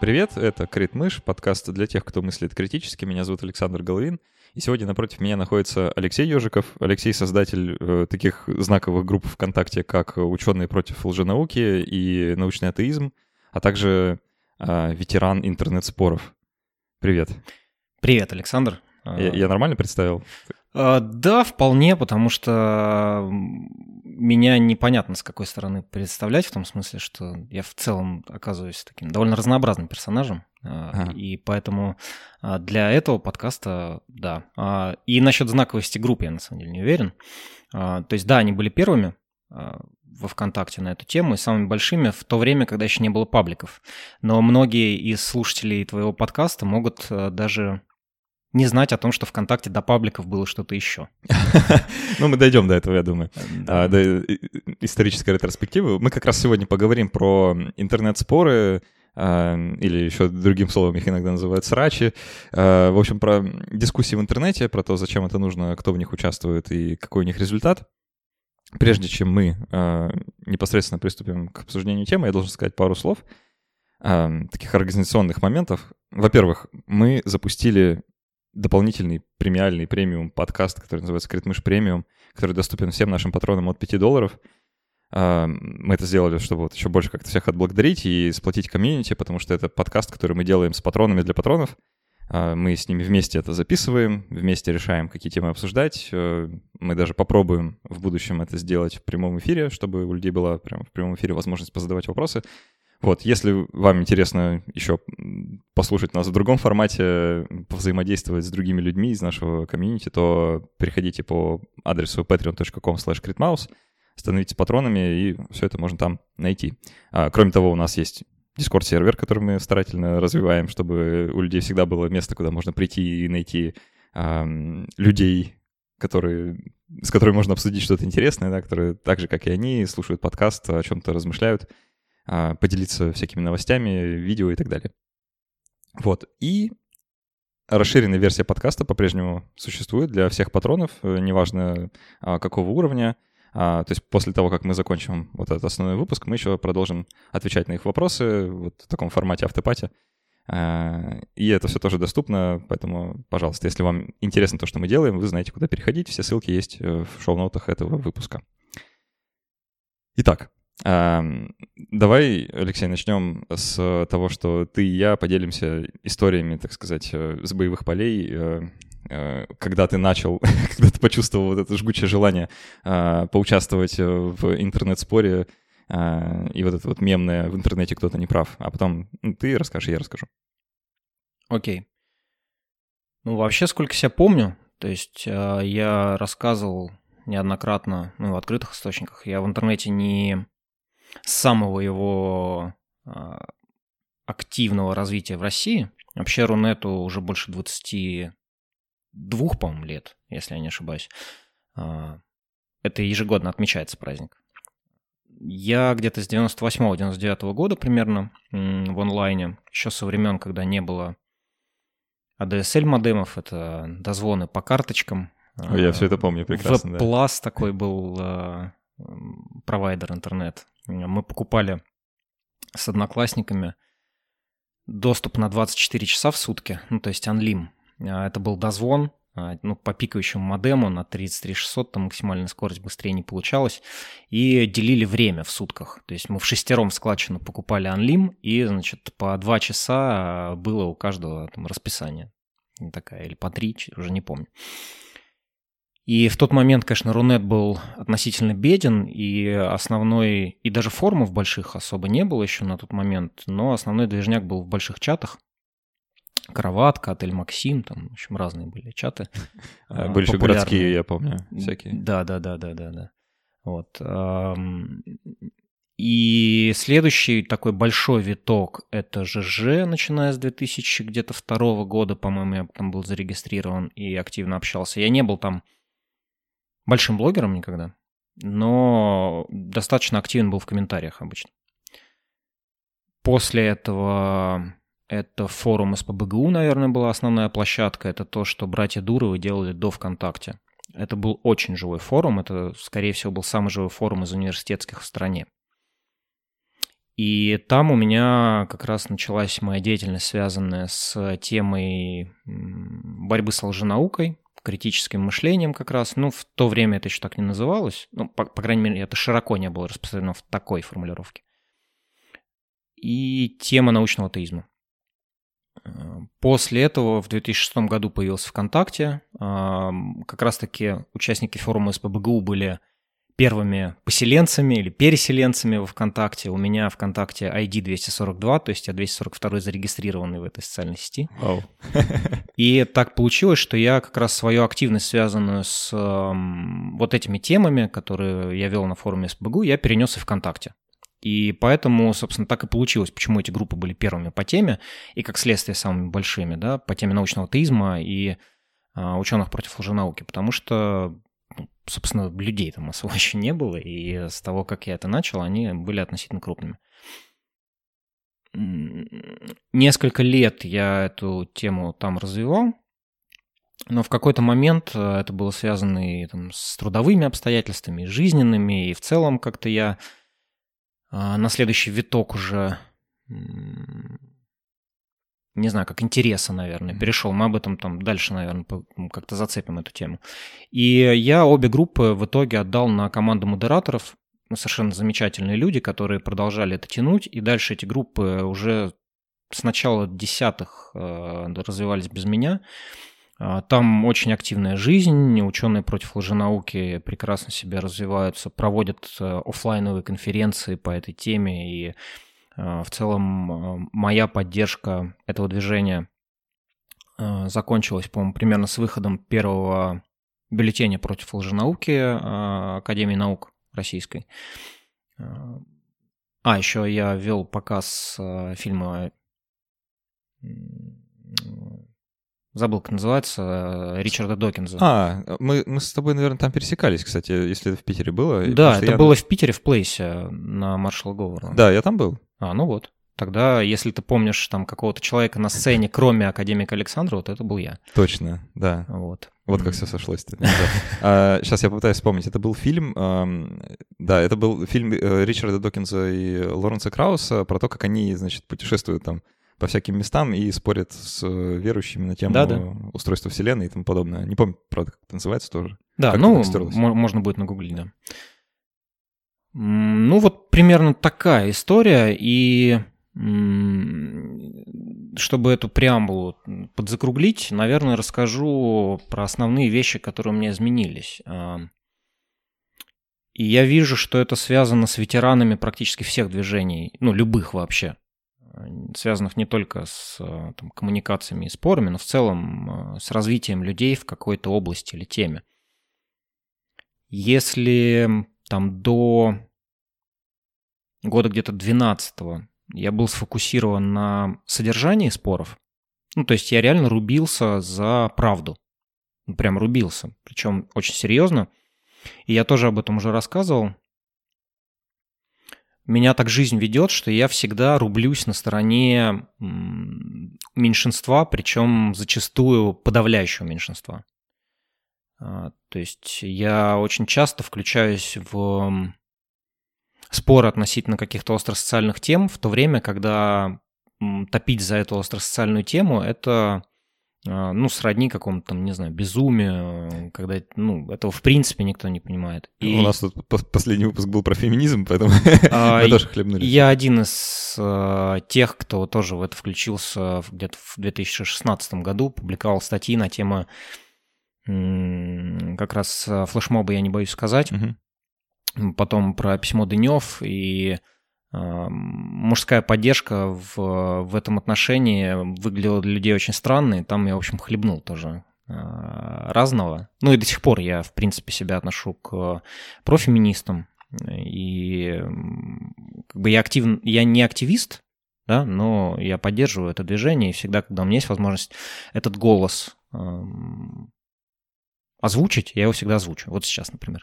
Привет, это Крит-мышь, подкаст для тех, кто мыслит критически. Меня зовут Александр Головин, и сегодня напротив меня находится Алексей Ежиков. Алексей — создатель таких знаковых групп ВКонтакте, как «Ученые против лженауки» и «Научный атеизм», а также ветеран интернет-споров. Привет. Привет, Александр. Я нормально представил? Да, вполне, потому что меня непонятно с какой стороны представлять, в том смысле, что я в целом оказываюсь таким довольно разнообразным персонажем, и поэтому для этого подкаста, да. И насчет знаковости групп я на самом деле не уверен. То есть, да, они были первыми во ВКонтакте на эту тему и самыми большими в то время, когда еще не было пабликов. Но многие из слушателей твоего подкаста могут даже не знать о том, что ВКонтакте до пабликов было что-то еще. Ну, мы дойдем до этого, я думаю. До исторической ретроспективы. Мы как раз сегодня поговорим про интернет-споры, или еще другим словом их иногда называют срачи. В общем, про дискуссии в интернете, про то, зачем это нужно, кто в них участвует и какой у них результат. Прежде чем мы непосредственно приступим к обсуждению темы, я должен сказать пару слов таких организационных моментов. Во-первых, мы запустили дополнительный премиальный премиум подкаст, который называется «Крит-мышь премиум», который доступен всем нашим патронам от $5. Мы это сделали, чтобы вот еще больше как-то всех отблагодарить и сплотить комьюнити, потому что это подкаст, который мы делаем с патронами для патронов. Мы с ними вместе это записываем, вместе решаем, какие темы обсуждать. Мы даже попробуем в будущем это сделать в прямом эфире, чтобы у людей была прямо в прямом эфире возможность позадавать вопросы. Вот, если вам интересно еще послушать нас в другом формате, повзаимодействовать с другими людьми из нашего комьюнити, то переходите по адресу patreon.com/critmouse, становитесь патронами, и все это можно там найти. Кроме того, у нас есть Discord-сервер, который мы старательно развиваем, чтобы у людей всегда было место, куда можно прийти и найти людей, с которыми можно обсудить что-то интересное, да, которые так же, как и они, слушают подкаст, о чем-то размышляют, поделиться всякими новостями, видео и так далее. Вот. И расширенная версия подкаста по-прежнему существует для всех патронов, неважно какого уровня. То есть после того, как мы закончим вот этот основной выпуск, мы еще продолжим отвечать на их вопросы вот в таком формате автопати. И это все тоже доступно, поэтому, пожалуйста, если вам интересно то, что мы делаем, вы знаете, куда переходить. Все ссылки есть в шоу-ноутах этого выпуска. Итак, давай, Алексей, начнем с того, что ты и я поделимся историями, так сказать, с боевых полей, когда ты когда ты почувствовал вот это жгучее желание поучаствовать в интернет-споре и вот это вот мемное «в интернете кто-то не прав», а потом ты расскажешь, я расскажу. Окей. Ну, вообще, сколько себя помню, то есть я рассказывал неоднократно, в открытых источниках, я в интернете не с самого его активного развития в России. Вообще Рунету уже больше 22, по-моему, лет, если я не ошибаюсь. Это ежегодно отмечается праздник. Я где-то с 98-99 года примерно в онлайне, еще со времен, когда не было ADSL-модемов, это дозвоны по карточкам. Я все это помню прекрасно. Веб-плас такой был провайдер интернет. Мы покупали с одноклассниками доступ на 24 часа в сутки, то есть Unlim. Это был дозвон, по пикающему модему на 33600, там максимальная скорость быстрее не получалась, и делили время в сутках. То есть мы в шестером складчину покупали Unlim, и, значит, по 2 часа было у каждого там расписание. Такая, или по 3, уже не помню. И в тот момент, конечно, Рунет был относительно беден, и и даже форумов больших особо не было еще на тот момент, но основной движняк был в больших чатах. Кроватка, Отель Максим, там, в общем, разные были чаты. Были еще городские, я помню, всякие. Да. Вот. И следующий такой большой виток — это ЖЖ, начиная с 2002 года, по-моему, я там был зарегистрирован и активно общался. Я не был там большим блогером никогда, но достаточно активен был в комментариях обычно. После этого это форум СПбГУ, наверное, была основная площадка. Это то, что братья Дуровы делали до ВКонтакте. Это был очень живой форум. Это, скорее всего, был самый живой форум из университетских в стране. И там у меня как раз началась моя деятельность, связанная с темой борьбы с лженаукой, критическим мышлением как раз. Ну, в то время это еще так не называлось. Ну, по крайней мере, это широко не было распространено в такой формулировке. И тема научного атеизма. После этого в 2006 году появился ВКонтакте. Как раз-таки участники форума СПбГУ были первыми поселенцами или переселенцами во ВКонтакте. У меня ВКонтакте ID 242, то есть я 242 зарегистрированный в этой социальной сети. Wow. И так получилось, что я как раз свою активность, связанную с вот этими темами, которые я вел на форуме СПбГУ, я перенес и ВКонтакте. И поэтому, собственно, так и получилось, почему эти группы были первыми по теме, и как следствие самыми большими, да, по теме научного атеизма и ученых против лженауки, потому что, собственно, людей там особо еще не было, и с того, как я это начал, они были относительно крупными. Несколько лет я эту тему там развивал, но в какой-то момент это было связано и там с трудовыми обстоятельствами, и жизненными, и в целом как-то я на следующий виток уже, не знаю, как интереса, наверное, перешел. Мы об этом там дальше, наверное, как-то зацепим эту тему. И я обе группы в итоге отдал на команду модераторов. Совершенно замечательные люди, которые продолжали это тянуть. И дальше эти группы уже с начала десятых развивались без меня. Там очень активная жизнь, ученые против лженауки прекрасно себя развиваются, проводят офлайновые конференции по этой теме, и в целом моя поддержка этого движения закончилась, по-моему, примерно с выходом первого бюллетеня против лженауки Академии наук Российской. Еще я вел показ фильма... Забыл, как называется, Ричарда Докинза. Мы с тобой, наверное, там пересекались, кстати, если это в Питере было. Да, это было в Питере, в Плейсе, на Маршалла Говора. Да, я там был. Ну вот. Тогда, если ты помнишь там какого-то человека на сцене, кроме академика Александра, вот это был я. Точно, да. Вот как все сошлось-то. Сейчас я попытаюсь вспомнить. Это был фильм, это был фильм Ричарда Докинза и Лоренса Крауса про то, как они, значит, путешествуют там по всяким местам и спорят с верующими на тему устройства Вселенной и тому подобное. Не помню, правда, как это называется тоже. Да, можно будет нагуглить, да. Вот примерно такая история, и чтобы эту преамбулу подзакруглить, наверное, расскажу про основные вещи, которые у меня изменились. И я вижу, что это связано с ветеранами практически всех движений, любых вообще, связанных не только с коммуникациями и спорами, но в целом с развитием людей в какой-то области или теме. Если там до года где-то 12-го я был сфокусирован на содержании споров, то есть я реально рубился за правду, прям рубился, причем очень серьезно, и я тоже об этом уже рассказывал. Меня так жизнь ведет, что я всегда рублюсь на стороне меньшинства, причем зачастую подавляющего меньшинства. То есть я очень часто включаюсь в споры относительно каких-то остросоциальных тем, в то время, когда топить за эту остросоциальную тему – это сродни какому-то там, не знаю, безумию, когда, этого в принципе никто не понимает. У нас тут последний выпуск был про феминизм, поэтому мы тоже хлебнули. Я один из тех, кто тоже в это включился где-то в 2016 году, публиковал статьи на тему как раз флешмоба «Я не боюсь сказать», потом про письмо Дынёв, и мужская поддержка в этом отношении выглядела для людей очень странно, и там я, в общем, хлебнул тоже разного. И до сих пор я, в принципе, себя отношу к профеминистам, и я не активист, да, но я поддерживаю это движение, и всегда, когда у меня есть возможность этот голос озвучить, я его всегда озвучу. Вот сейчас, например.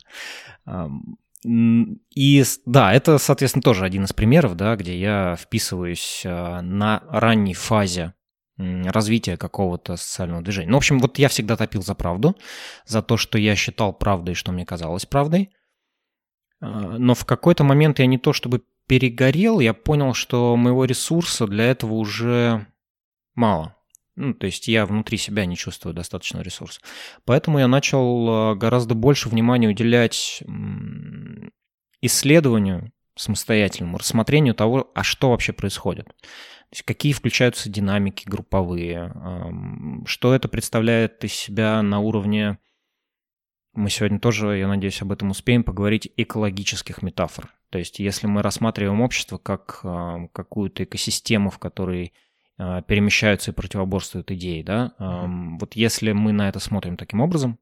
И да, это, соответственно, тоже один из примеров, да, где я вписываюсь на ранней фазе развития какого-то социального движения. В общем, вот я всегда топил за правду, за то, что я считал правдой, что мне казалось правдой. Но в какой-то момент я не то чтобы перегорел, я понял, что моего ресурса для этого уже мало. Ну, то есть я внутри себя не чувствую достаточного ресурса. Поэтому я начал гораздо больше внимания уделять исследованию самостоятельному, рассмотрению того, а что вообще происходит. То есть какие включаются динамики групповые, что это представляет из себя на уровне, мы сегодня тоже, я надеюсь, об этом успеем поговорить, экологических метафор. То есть если мы рассматриваем общество как какую-то экосистему, в которой перемещаются и противоборствуют идеи, да, вот если мы на это смотрим таким образом,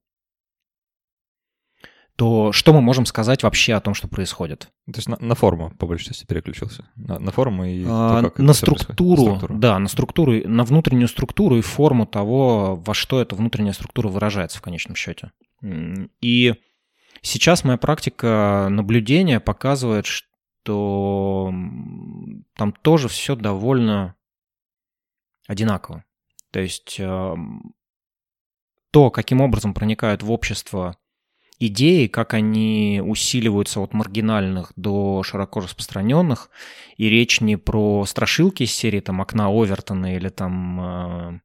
то что мы можем сказать вообще о том, что происходит? То есть на форму, по большей части, переключился. На форму и то, как на структуру, да, на структуру, на внутреннюю структуру и форму того, во что эта внутренняя структура выражается в конечном счете. И сейчас моя практика наблюдения показывает, что там тоже все довольно одинаково. То есть то, каким образом проникают в общество идеи, как они усиливаются от маргинальных до широко распространенных, и речь не про страшилки из серии там «Окна Овертона» или там,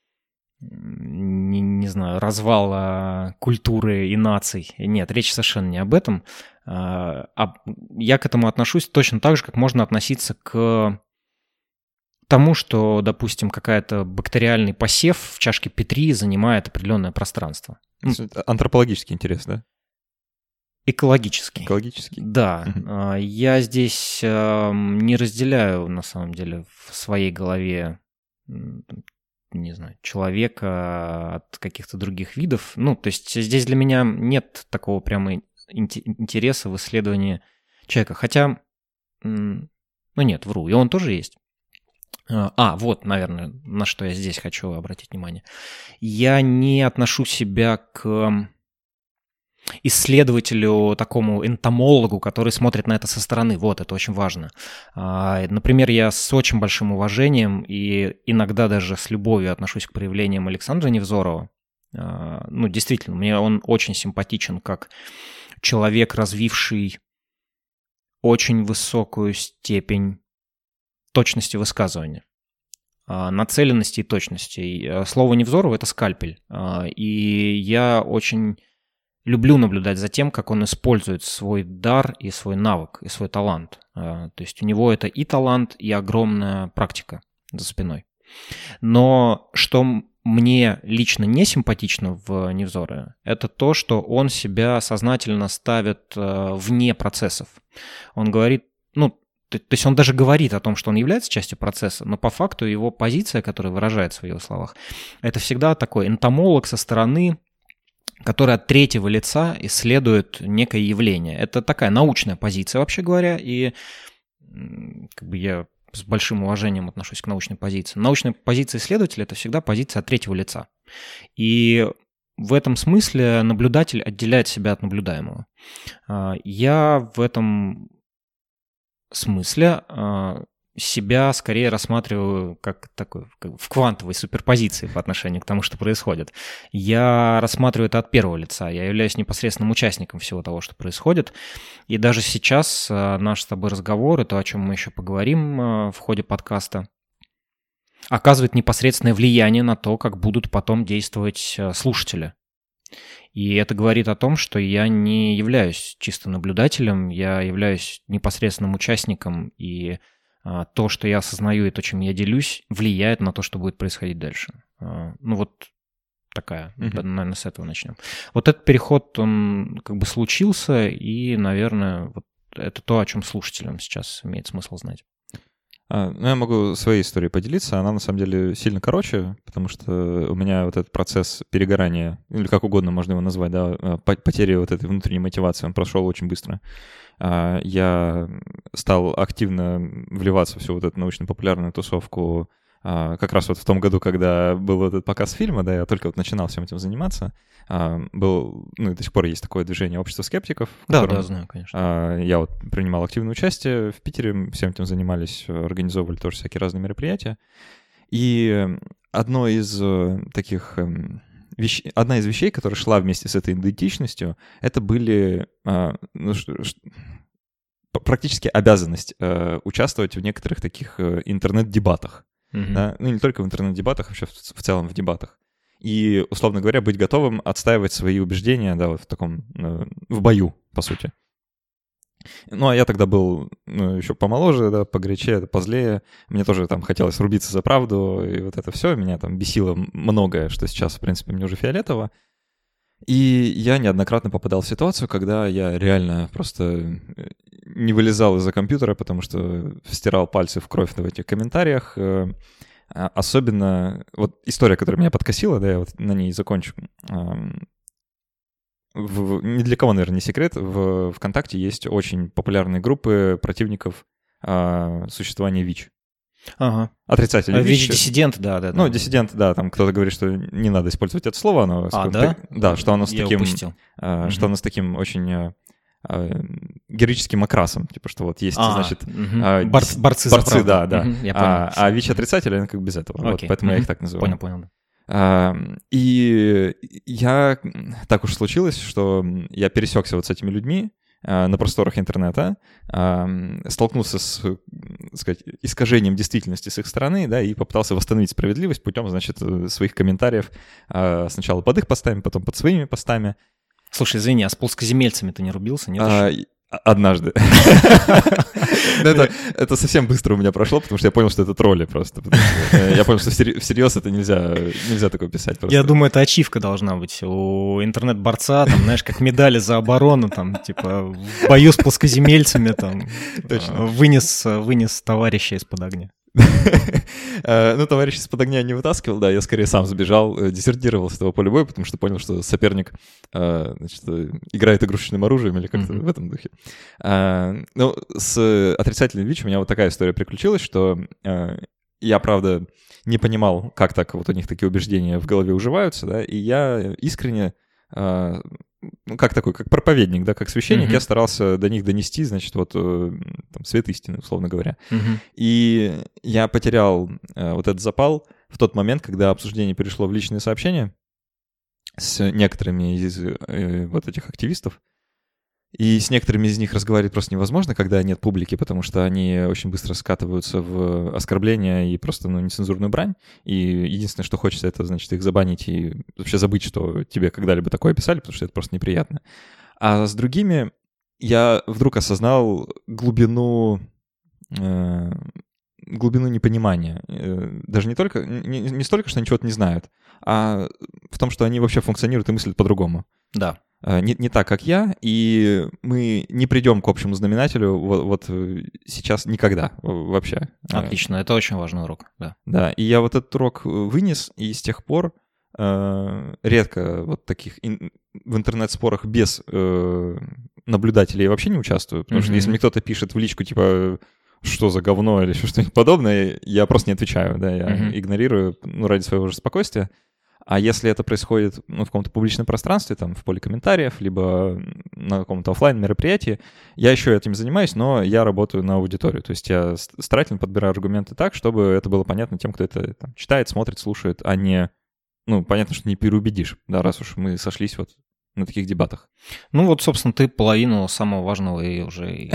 не знаю, развала культуры и наций. Нет, речь совершенно не об этом. Я к этому отношусь точно так же, как можно относиться к тому, что, допустим, какая-то бактериальный посев в чашке Петри занимает определенное пространство. Антропологический интерес, да? Экологический. Экологический? Да. Угу. Я здесь не разделяю, на самом деле, в своей голове, не знаю, человека от каких-то других видов. Ну, то есть здесь для меня нет такого прямо интереса в исследовании человека. Хотя, нет, вру, и он тоже есть. Вот, наверное, на что я здесь хочу обратить внимание. Я не отношу себя к исследователю, такому энтомологу, который смотрит на это со стороны. Вот, это очень важно. Например, я с очень большим уважением и иногда даже с любовью отношусь к проявлениям Александра Невзорова. Ну, действительно, мне он очень симпатичен как человек, развивший очень высокую степень точности высказывания, нацеленности и точности. Слово Невзорова — это скальпель. И я очень люблю наблюдать за тем, как он использует свой дар и свой навык, и свой талант. То есть у него это и талант, и огромная практика за спиной. Но что мне лично не симпатично в Невзорове, это то, что он себя сознательно ставит вне процессов. Он говорит, то есть он даже говорит о том, что он является частью процесса, но по факту его позиция, которая выражается в его словах, это всегда такой энтомолог со стороны, который от третьего лица исследует некое явление. Это такая научная позиция, вообще говоря, и как бы я с большим уважением отношусь к научной позиции. Научная позиция исследователя — это всегда позиция от третьего лица. И в этом смысле наблюдатель отделяет себя от наблюдаемого. Я в этом смысле себя скорее рассматриваю как такой, в квантовой суперпозиции по отношению к тому, что происходит. Я рассматриваю это от первого лица. Я являюсь непосредственным участником всего того, что происходит. И даже сейчас наш с тобой разговор, и то, о чем мы еще поговорим в ходе подкаста, оказывает непосредственное влияние на то, как будут потом действовать слушатели. И это говорит о том, что я не являюсь чисто наблюдателем, я являюсь непосредственным участником, и то, что я осознаю, и то, чем я делюсь, влияет на то, что будет происходить дальше. Вот такая, наверное, с этого начнем. Вот этот переход, он как бы случился, и, наверное, вот это то, о чем слушателям сейчас имеет смысл знать. Я могу своей историей поделиться. Она, на самом деле, сильно короче, потому что у меня вот этот процесс перегорания, или как угодно можно его назвать, да, потери вот этой внутренней мотивации, он прошел очень быстро. Я стал активно вливаться в всю вот эту научно-популярную тусовку как раз вот в том году, когда был вот этот показ фильма, да, я только вот начинал всем этим заниматься. Был, и до сих пор есть такое движение «Общество скептиков». Да, знаю, конечно. Я вот принимал активное участие в Питере, всем этим занимались, организовывали тоже всякие разные мероприятия. И одна из вещей, которая шла вместе с этой идентичностью, это были практически обязанность участвовать в некоторых таких интернет-дебатах. Да? Ну, не только в интернет-дебатах, вообще в целом в дебатах. И, условно говоря, быть готовым отстаивать свои убеждения, да, вот в таком, в бою, по сути. Ну, а я тогда был еще помоложе, да, погорячее, позлее. Мне тоже там хотелось рубиться за правду, и вот это все. Меня там бесило многое, что сейчас, в принципе, мне уже фиолетово. И я неоднократно попадал в ситуацию, когда я реально просто не вылезал из-за компьютера, потому что стирал пальцы в кровь в этих комментариях. Особенно, вот история, которая меня подкосила, да, я вот на ней закончу. Ни для кого, наверное, не секрет, в ВКонтакте есть очень популярные группы противников существования ВИЧ. Ага. Отрицатели ВИЧ. ВИЧ-диссидент, да. Ну, диссидент, да, там кто-то говорит, что не надо использовать это слово, оно... да? Да, что оно с Я таким... упустил. Что оно с таким очень... героическим окрасом, типа, что вот есть, значит... Борцы за правду. Да. Я понял. А ВИЧ-отрицатели, они как без этого. Вот, поэтому я их так называю. Понял, да. И я... Так уж случилось, что я пересекся вот с этими людьми на просторах интернета, столкнулся с, так сказать, искажением действительности с их стороны, да, и попытался восстановить справедливость путем, значит, своих комментариев сначала под их постами, потом под своими постами. Слушай, извини, а с плоскоземельцами ты не рубился, нет? Однажды. Это совсем быстро у меня прошло, потому что я понял, что это тролли просто. Я понял, что всерьез это нельзя такое писать. Я думаю, это ачивка должна быть у интернет-борца, там, знаешь, как медали за оборону, там, типа, в бою с плоскоземельцами, там, вынес товарища из-под огня. Ну, товарищ из-под огня не вытаскивал, да, я скорее сам сбежал, дезертировал с этого поля боя, потому что понял, что соперник, значит, играет игрушечным оружием или как-то в этом духе. Ну, с отрицательным ВИЧ у меня вот такая история приключилась, что я, правда, не понимал, как так вот у них такие убеждения в голове уживаются, да, и я искренне... Ну, как проповедник, да, как священник, я старался до них донести, значит, вот там, свет истины, условно говоря. И я потерял вот этот запал в тот момент, когда обсуждение перешло в личные сообщения с некоторыми из вот этих активистов. И с некоторыми из них разговаривать просто невозможно, когда нет публики, потому что они очень быстро скатываются в оскорбления и просто, ну, нецензурную брань. И единственное, что хочется, это, значит, их забанить и вообще забыть, что тебе когда-либо такое писали, потому что это просто неприятно. А с другими я вдруг осознал глубину непонимания. Даже не столько, что они чего-то не знают, а в том, что они вообще функционируют и мыслят по-другому. Да. Не так, как я, и мы не придем к общему знаменателю вот сейчас никогда вообще. Отлично, это очень важный урок, да. Да, и я вот этот урок вынес, и с тех пор редко вот таких в интернет-спорах без наблюдателей я вообще не участвую, потому что если мне кто-то пишет в личку, типа, что за говно или что-нибудь подобное, я просто не отвечаю, да, я игнорирую, ну, ради своего же спокойствия. А если это происходит, ну, в каком-то публичном пространстве, там, в поле комментариев, либо на каком-то офлайн-мероприятии, я еще этим занимаюсь, но я работаю на аудиторию. То есть я старательно подбираю аргументы так, чтобы это было понятно тем, кто это там читает, смотрит, слушает, а не... Ну, понятно, что не переубедишь, да, раз уж мы сошлись вот на таких дебатах. Ну вот, собственно, ты половину самого важного и уже...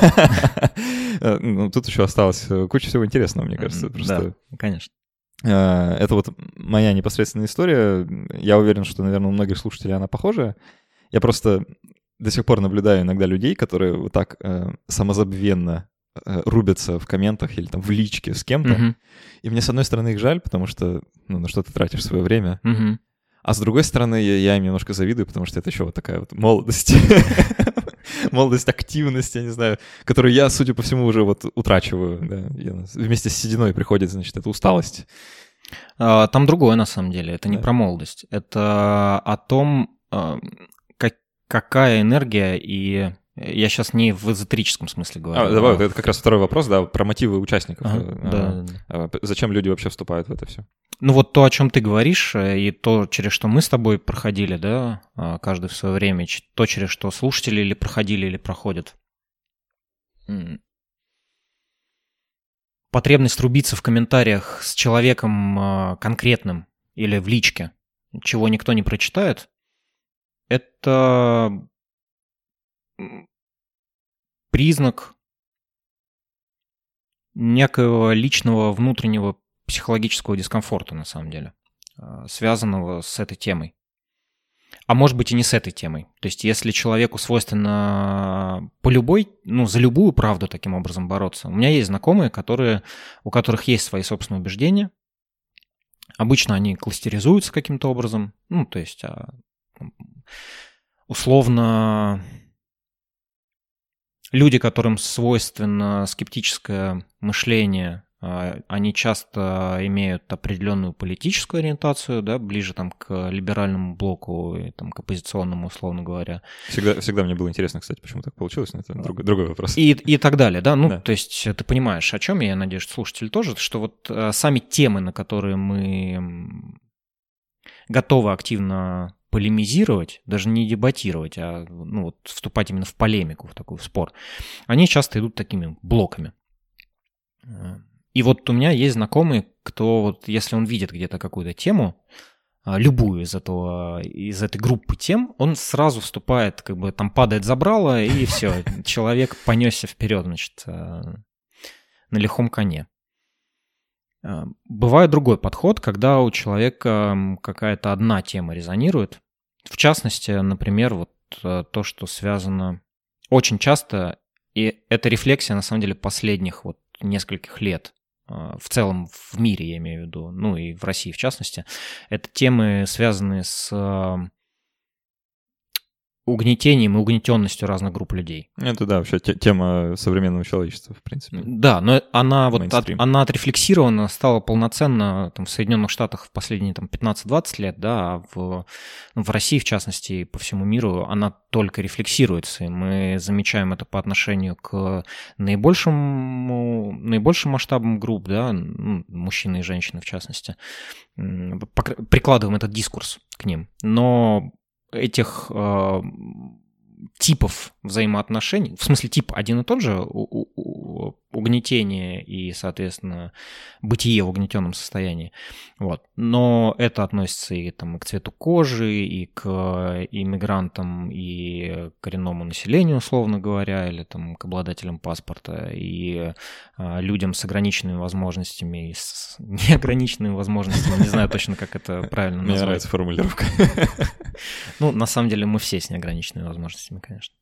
Ну, тут еще осталось куча всего интересного, мне кажется. Да, конечно. Это вот моя непосредственная история. Я уверен, что, наверное, у многих слушателей она похожая. Я просто до сих пор наблюдаю иногда людей, которые вот так самозабвенно рубятся в комментах или там в личке с кем-то. И мне, с одной стороны, их жаль, потому что, ну, на что ты тратишь свое время. А с другой стороны, я им немножко завидую, потому что это еще вот такая вот молодость. Молодость, активность, я не знаю, которую я, судя по всему, уже вот утрачиваю. Да. Вместе с сединой приходит, значит, эта усталость. Там другое, на самом деле. Это не про молодость. Это о том, какая энергия и... Я сейчас не в эзотерическом смысле говорю. Давай, это как раз второй вопрос, да, про мотивы участников. Да. Зачем люди вообще вступают в это все? Ну вот то, о чем ты говоришь, и то, через что мы с тобой проходили, да, каждый в свое время, то, через что слушатели или проходили, или проходят. Потребность рубиться в комментариях с человеком конкретным или в личке, чего никто не прочитает, это... признак некоего личного внутреннего психологического дискомфорта, на самом деле, связанного с этой темой. А может быть и не с этой темой. То есть если человеку свойственно за любую правду таким образом бороться. У меня есть знакомые, у которых есть свои собственные убеждения. Обычно они кластеризуются каким-то образом. То есть условно люди, которым свойственно скептическое мышление, они часто имеют определенную политическую ориентацию, да, ближе там к либеральному блоку и там к оппозиционному, условно говоря. Всегда мне было интересно, кстати, почему так получилось, но это другой вопрос. И так далее, да. Да. То есть ты понимаешь, о чем я надеюсь, слушатель тоже, что вот сами темы, на которые мы готовы активно полемизировать, даже не дебатировать, а вступать именно в полемику, в такой спор, они часто идут такими блоками. И вот у меня есть знакомый, кто вот если он видит где-то какую-то тему, любую из этой группы тем, он сразу вступает, как бы там падает забрало, и все, человек понесся вперед, значит, на лихом коне. Бывает другой подход, когда у человека какая-то одна тема резонирует. В частности, например, вот то, что связано очень часто, и это рефлексия, на самом деле, последних вот нескольких лет, в целом в мире, я имею в виду, и в России в частности, это темы, связанные с угнетением и угнетенностью разных групп людей. Это, да, вообще тема современного человечества, в принципе. Да, но она отрефлексирована, стала полноценно в Соединенных Штатах в последние 15-20 лет, да, а в России, в частности, и по всему миру она только рефлексируется, и мы замечаем это по отношению к наибольшим масштабам групп, да, мужчины и женщины, в частности, прикладываем этот дискурс к ним, но этих типов взаимоотношений, в смысле тип один и тот же, угнетение и, соответственно, бытие в угнетенном состоянии. Вот. Но это относится и к цвету кожи, и к иммигрантам, и к коренному населению, условно говоря, или к обладателям паспорта, и людям с ограниченными возможностями, и с неограниченными возможностями. Не знаю точно, как это правильно назвать. Мне нравится формулировка. На самом деле мы все с неограниченными возможностями, конечно.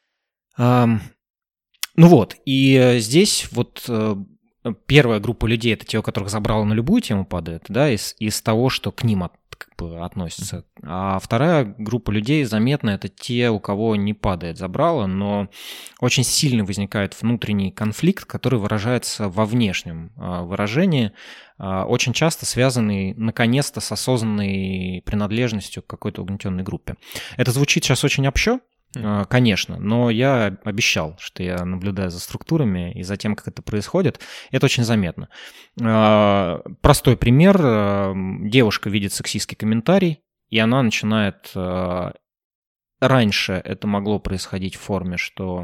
И здесь вот первая группа людей — это те, у которых забрало на любую тему падает, да, из того, что к ним относится. А вторая группа людей заметно — это те, у кого не падает забрало, но очень сильно возникает внутренний конфликт, который выражается во внешнем выражении, очень часто связанный, наконец-то, с осознанной принадлежностью к какой-то угнетенной группе. Это звучит сейчас очень общо, конечно, но я обещал, что я наблюдаю за структурами и за тем, как это происходит. Это очень заметно. Простой пример. Девушка видит сексистский комментарий, и она начинает... Раньше это могло происходить в форме, что...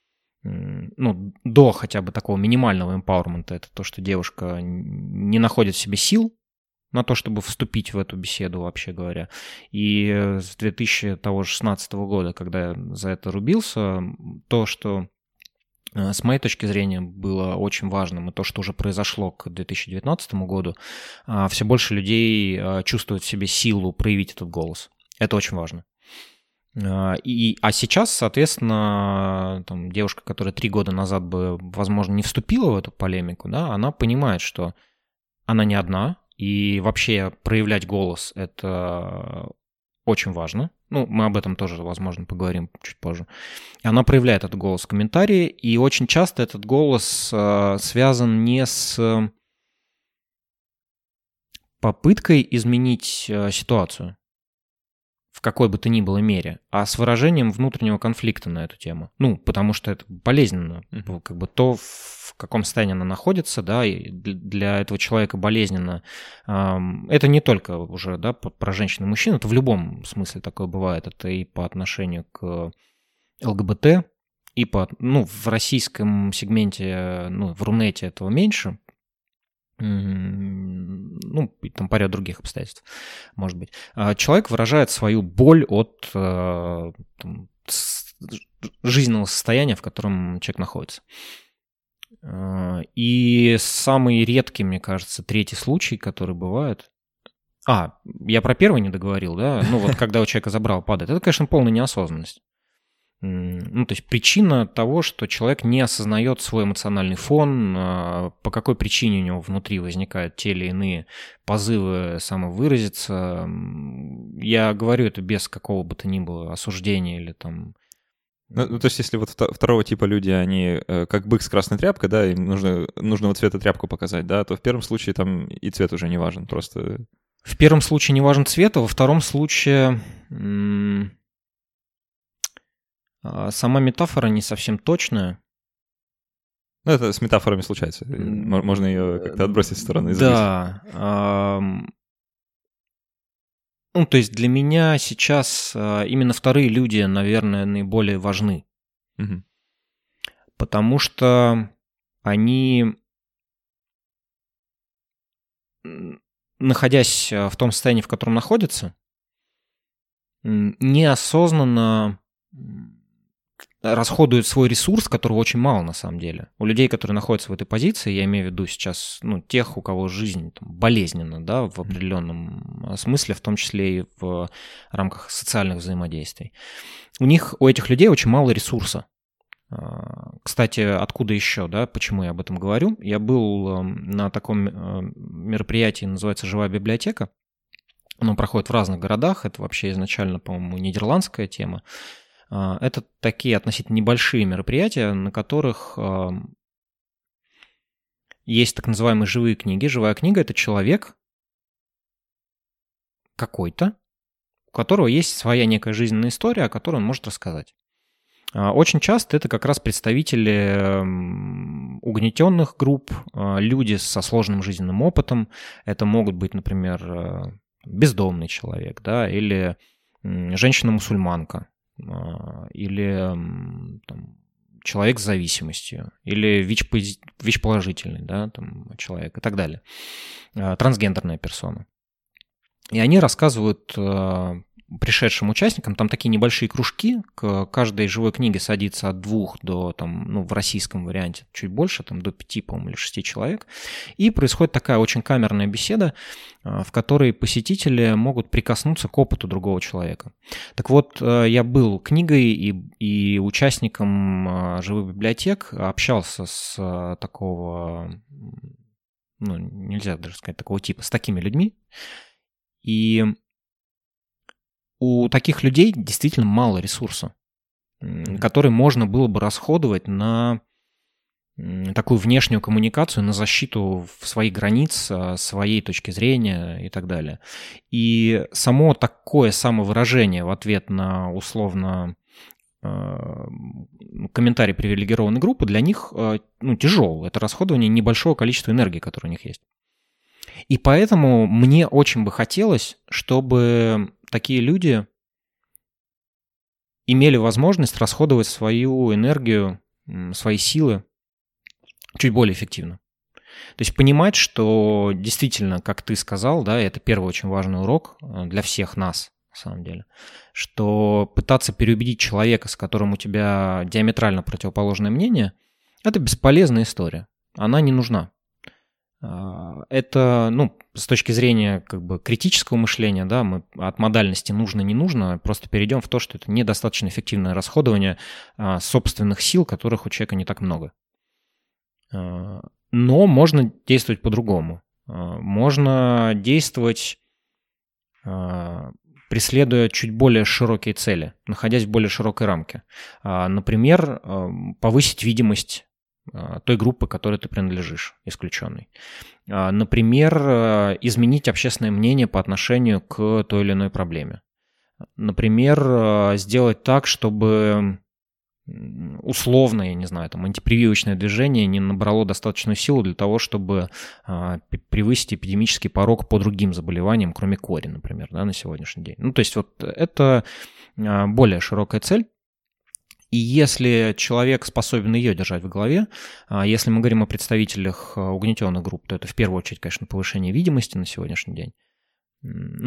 до хотя бы такого минимального эмпауэрмента, это то, что девушка не находит в себе сил на то, чтобы вступить в эту беседу, вообще говоря. И с 2016 года, когда я за это рубился, то, что с моей точки зрения было очень важным, и то, что уже произошло к 2019 году, все больше людей чувствуют в себе силу проявить этот голос. Это очень важно. А сейчас, соответственно, девушка, которая 3 года назад бы, возможно, не вступила в эту полемику, да, она понимает, что она не одна, и вообще проявлять голос — это очень важно. Мы об этом тоже, возможно, поговорим чуть позже. И она проявляет этот голос в комментарии, и очень часто этот голос связан не с попыткой изменить ситуацию в какой бы то ни было мере, а с выражением внутреннего конфликта на эту тему. Потому что это болезненно. То, в каком состоянии она находится, да, и для этого человека болезненно. Это не только уже, да, про женщин и мужчин, это в любом смысле такое бывает. Это и по отношению к ЛГБТ, и в российском сегменте, в Рунете этого меньше, по ряду других обстоятельств, может быть. Человек выражает свою боль от жизненного состояния, в котором человек находится. И самый редкий, мне кажется, третий случай, который бывает... я про первый не договорил, да? Ну вот когда у человека забрало падает, это, конечно, полная неосознанность. Ну, то есть причина того, что человек не осознает свой эмоциональный фон, по какой причине у него внутри возникают те или иные позывы самовыразиться. Я говорю это без какого бы то ни было осуждения или там... Ну, то есть, если вот второго типа люди, они как бык с красной тряпкой, да, им нужного цвета тряпку показать, да, то в первом случае там и цвет уже не важен, просто... В первом случае не важен цвет, а во втором случае сама метафора не совсем точная. Ну, это с метафорами случается. Можно ее как-то отбросить в сторону. Да. Ну, то есть для меня сейчас именно вторые люди, наверное, наиболее важны. Угу. Потому что они, находясь в том состоянии, в котором находятся, неосознанно расходуют свой ресурс, которого очень мало на самом деле. У людей, которые находятся в этой позиции, я имею в виду сейчас тех, у кого жизнь там болезненна, да, в определенном смысле, в том числе и в рамках социальных взаимодействий. У этих людей очень мало ресурса. Кстати, откуда еще, да, почему я об этом говорю? Я был на таком мероприятии, называется «Живая библиотека». Оно проходит в разных городах, это вообще изначально, по-моему, нидерландская тема. Это такие относительно небольшие мероприятия, на которых есть так называемые живые книги. Живая книга – это человек какой-то, у которого есть своя некая жизненная история, о которой он может рассказать. Очень часто это как раз представители угнетенных групп, люди со сложным жизненным опытом. Это могут быть, например, бездомный человек, да, или женщина-мусульманка, или там, человек с зависимостью, или ВИЧ-положительный, да, там, человек и так далее, трансгендерная персона. И они рассказывают пришедшим участникам, там такие небольшие кружки, к каждой живой книге садится от 2 до, там, в российском варианте чуть больше, там, до 5, по-моему, или 6 человек, и происходит такая очень камерная беседа, в которой посетители могут прикоснуться к опыту другого человека. Так вот, я был книгой и участником живых библиотек, общался с такого, нельзя даже сказать такого типа, с такими людьми, и у таких людей действительно мало ресурса, который можно было бы расходовать на такую внешнюю коммуникацию, на защиту своих границ, своей точки зрения и так далее. И само такое самовыражение в ответ на условно комментарий привилегированной группы для них тяжело. Это расходование небольшого количества энергии, которое у них есть. И поэтому мне очень бы хотелось, чтобы такие люди имели возможность расходовать свою энергию, свои силы чуть более эффективно. То есть понимать, что действительно, как ты сказал, да, это первый очень важный урок для всех нас, на самом деле, что пытаться переубедить человека, с которым у тебя диаметрально противоположное мнение, это бесполезная история. Она не нужна. Это, с точки зрения как бы критического мышления, да, мы от модальности нужно-не нужно, просто перейдем в то, что это недостаточно эффективное расходование собственных сил, которых у человека не так много. Но можно действовать по-другому. Можно действовать, преследуя чуть более широкие цели, находясь в более широкой рамке. Например, повысить видимость той группы, к которой ты принадлежишь, исключенной. Например, изменить общественное мнение по отношению к той или иной проблеме. Например, сделать так, чтобы условно, я не знаю, там, антипрививочное движение не набрало достаточную силу для того, чтобы превысить эпидемический порог по другим заболеваниям, кроме кори, например, да, на сегодняшний день. То есть вот это более широкая цель. И если человек способен ее держать в голове, если мы говорим о представителях угнетенных групп, то это в первую очередь, конечно, повышение видимости на сегодняшний день.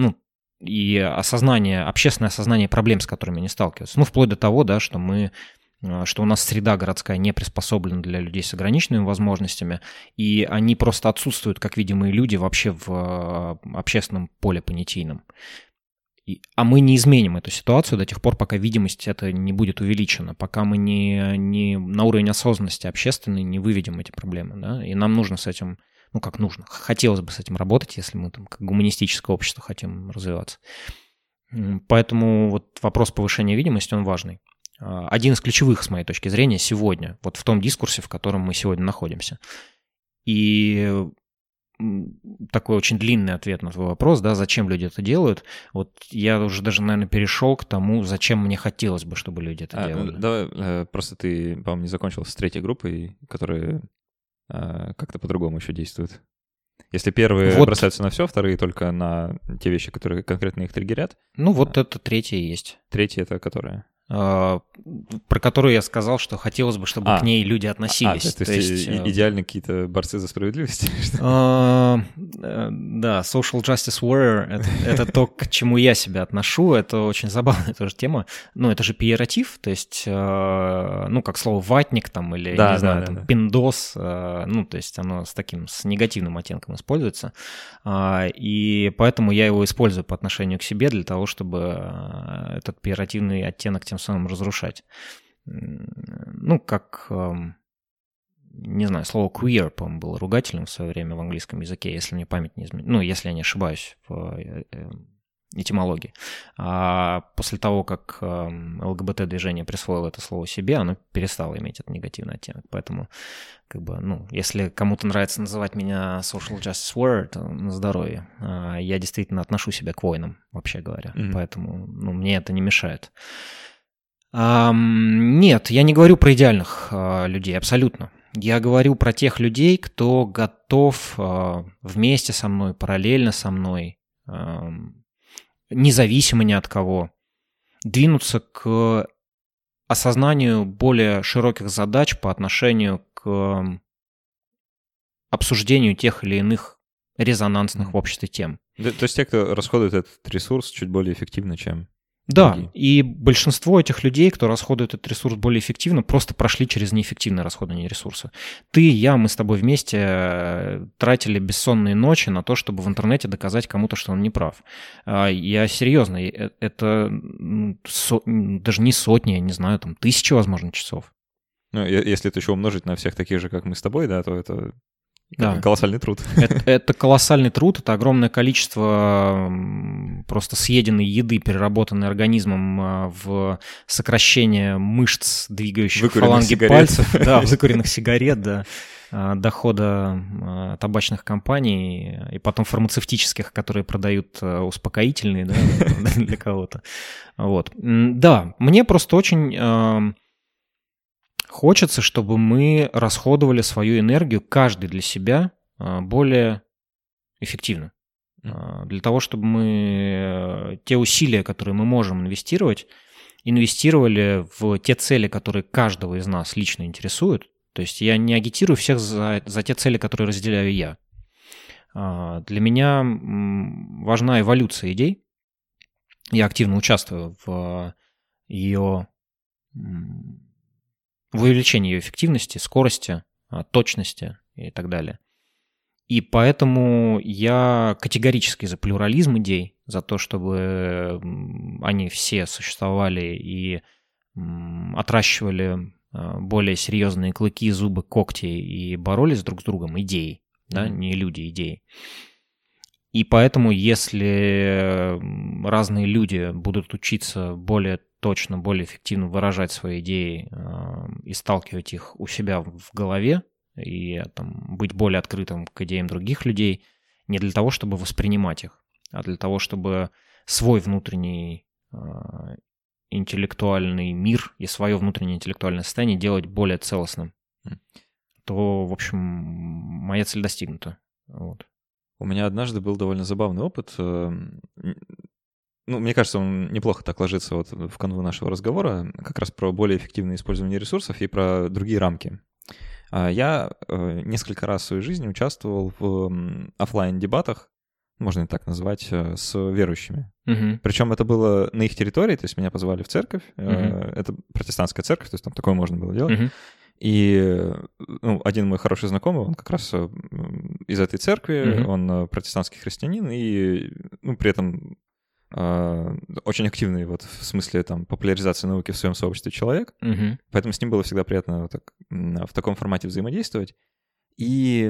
И общественное осознание проблем, с которыми они сталкиваются. Вплоть до того, да, что мы что у нас среда городская не приспособлена для людей с ограниченными возможностями, и они просто отсутствуют как видимые люди вообще в общественном поле понятийном. А мы не изменим эту ситуацию до тех пор, пока видимость это не будет увеличена, пока мы не на уровень осознанности общественной не выведем эти проблемы. Да? И нам нужно с этим, хотелось бы с этим работать, если мы там как гуманистическое общество хотим развиваться. Поэтому вот вопрос повышения видимости, он важный. Один из ключевых, с моей точки зрения, сегодня, вот в том дискурсе, в котором мы сегодня находимся. И такой очень длинный ответ на твой вопрос, да, зачем люди это делают. Вот я уже даже, наверное, перешел к тому, зачем мне хотелось бы, чтобы люди это делали. Давай, просто ты, по-моему, не закончил с третьей группой, которая как-то по-другому еще действует. Если первые бросаются на все, вторые только на те вещи, которые конкретно их триггерят. Вот это третья и есть. Третья — это которая? Про которую я сказал, что хотелось бы, чтобы к ней люди относились. То есть идеально какие-то борцы за справедливость? Да, social justice warrior — это то, к чему я себя отношу. Это очень забавная тоже тема. Это же пиератив, то есть, как слово ватник там или, не знаю, пиндос, то есть оно с негативным оттенком используется. И поэтому я его использую по отношению к себе для того, чтобы этот пиеративный оттенок тем самым разрушать. Не знаю, слово queer, по-моему, было ругательным в свое время в английском языке, если мне память не изменяет. Если я не ошибаюсь в этимологии. А после того, как ЛГБТ-движение присвоило это слово себе, оно перестало иметь этот негативный оттенок. Поэтому, если кому-то нравится называть меня social justice warrior, то на здоровье. Я действительно отношу себя к воинам, вообще говоря. Поэтому, мне это не мешает. Нет, я не говорю про идеальных людей, абсолютно. Я говорю про тех людей, кто готов вместе со мной, параллельно со мной, независимо ни от кого, двинуться к осознанию более широких задач по отношению к обсуждению тех или иных резонансных в обществе тем. То есть те, кто расходует этот ресурс чуть более эффективно, чем... Да, и большинство этих людей, кто расходует этот ресурс более эффективно, просто прошли через неэффективное расходование ресурса. Ты, я, мы с тобой вместе тратили бессонные ночи на то, чтобы в интернете доказать кому-то, что он не прав. Я серьезно, это даже не сотни, я не знаю, там тысячи, возможно, часов. Если это еще умножить на всех таких же, как мы с тобой, да, то это... Да. Колоссальный труд. Это колоссальный труд, это огромное количество просто съеденной еды, переработанной организмом в сокращение мышц, двигающих фаланги пальцев, выкуренных сигарет, дохода табачных компаний и потом фармацевтических, которые продают успокоительные для кого-то. Да, мне просто очень... Хочется, чтобы мы расходовали свою энергию, каждый для себя, более эффективно. Для того, чтобы мы те усилия, которые мы можем инвестировали в те цели, которые каждого из нас лично интересуют. То есть я не агитирую всех за те цели, которые разделяю я. Для меня важна эволюция идей. Я активно участвую в увеличении ее эффективности, скорости, точности и так далее. И поэтому я категорически за плюрализм идей, за то, чтобы они все существовали и отращивали более серьезные клыки, зубы, когти и боролись друг с другом идеей, не люди, идеи. И поэтому, если разные люди будут учиться более точно, более эффективно выражать свои идеи и сталкивать их у себя в голове, и быть более открытым к идеям других людей, не для того, чтобы воспринимать их, а для того, чтобы свой внутренний интеллектуальный мир и свое внутреннее интеллектуальное состояние делать более целостным, то, в общем, моя цель достигнута. У меня однажды был довольно забавный опыт. Мне кажется, он неплохо так ложится в канву нашего разговора, как раз про более эффективное использование ресурсов и про другие рамки. Я несколько раз в своей жизни участвовал в офлайн-дебатах можно и так назвать, с верующими. Причем это было на их территории, то есть меня позвали в церковь, это протестантская церковь, то есть там такое можно было делать. И один мой хороший знакомый, он как раз из этой церкви, он протестантский христианин, и при этом очень активный вот в смысле там популяризации науки в своем сообществе человек, поэтому с ним было всегда приятно вот так, в таком формате взаимодействовать. И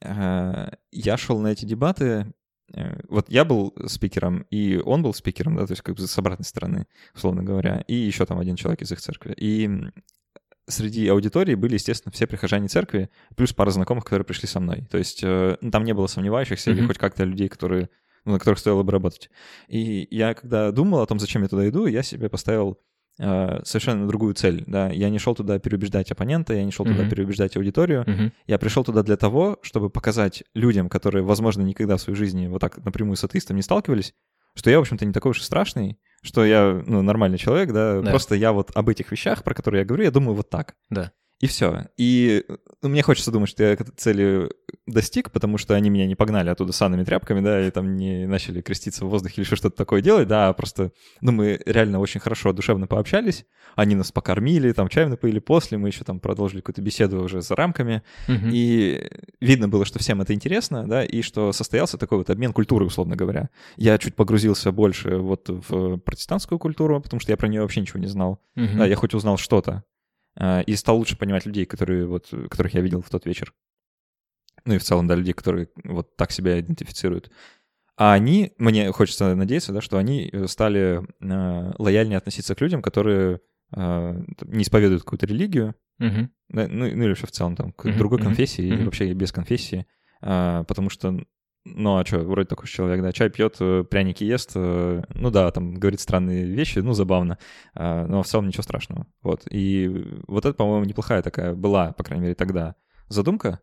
я шел на эти дебаты, вот я был спикером, и он был спикером, да, то есть как бы с обратной стороны, условно говоря, и еще там один человек из их церкви. И среди аудитории были, естественно, все прихожане церкви, плюс пара знакомых, которые пришли со мной. То есть там не было сомневающихся или хоть как-то людей, на которых стоило бы работать. И я, когда думал о том, зачем я туда иду, я себе поставил совершенно другую цель. Да? Я не шел туда переубеждать оппонента, я не шел туда переубеждать аудиторию. Я пришел туда для того, чтобы показать людям, которые, возможно, никогда в своей жизни вот так напрямую с атеистом не сталкивались, что я, в общем-то, не такой уж и страшный, что я нормальный человек, да, просто я вот об этих вещах, про которые я говорю, я думаю вот так. Да. И все. И мне хочется думать, что я этой цели достиг, потому что они меня не погнали оттуда санными тряпками, да, и там не начали креститься в воздухе или еще что-то такое делать, да, а просто, мы реально очень хорошо, душевно пообщались, они нас покормили, там чаем напоили после, мы еще там продолжили какую-то беседу уже за рамками, и видно было, что всем это интересно, да, и что состоялся такой вот обмен культурой, условно говоря. Я чуть погрузился больше вот в протестантскую культуру, потому что я про нее вообще ничего не знал. Да, я хоть узнал что-то, и стал лучше понимать людей, которых я видел в тот вечер. Ну и в целом, да, людей, которые вот так себя идентифицируют. А они, мне хочется надеяться, да, что они стали лояльнее относиться к людям, которые не исповедуют какую-то религию, да, ну или вообще в целом там к другой конфессии или вообще без конфессии, потому что, а что, вроде такой человек, да, чай пьет, пряники ест, да, там говорит странные вещи, забавно, но в целом ничего страшного, вот. И вот это, по-моему, неплохая такая была, по крайней мере, тогда задумка.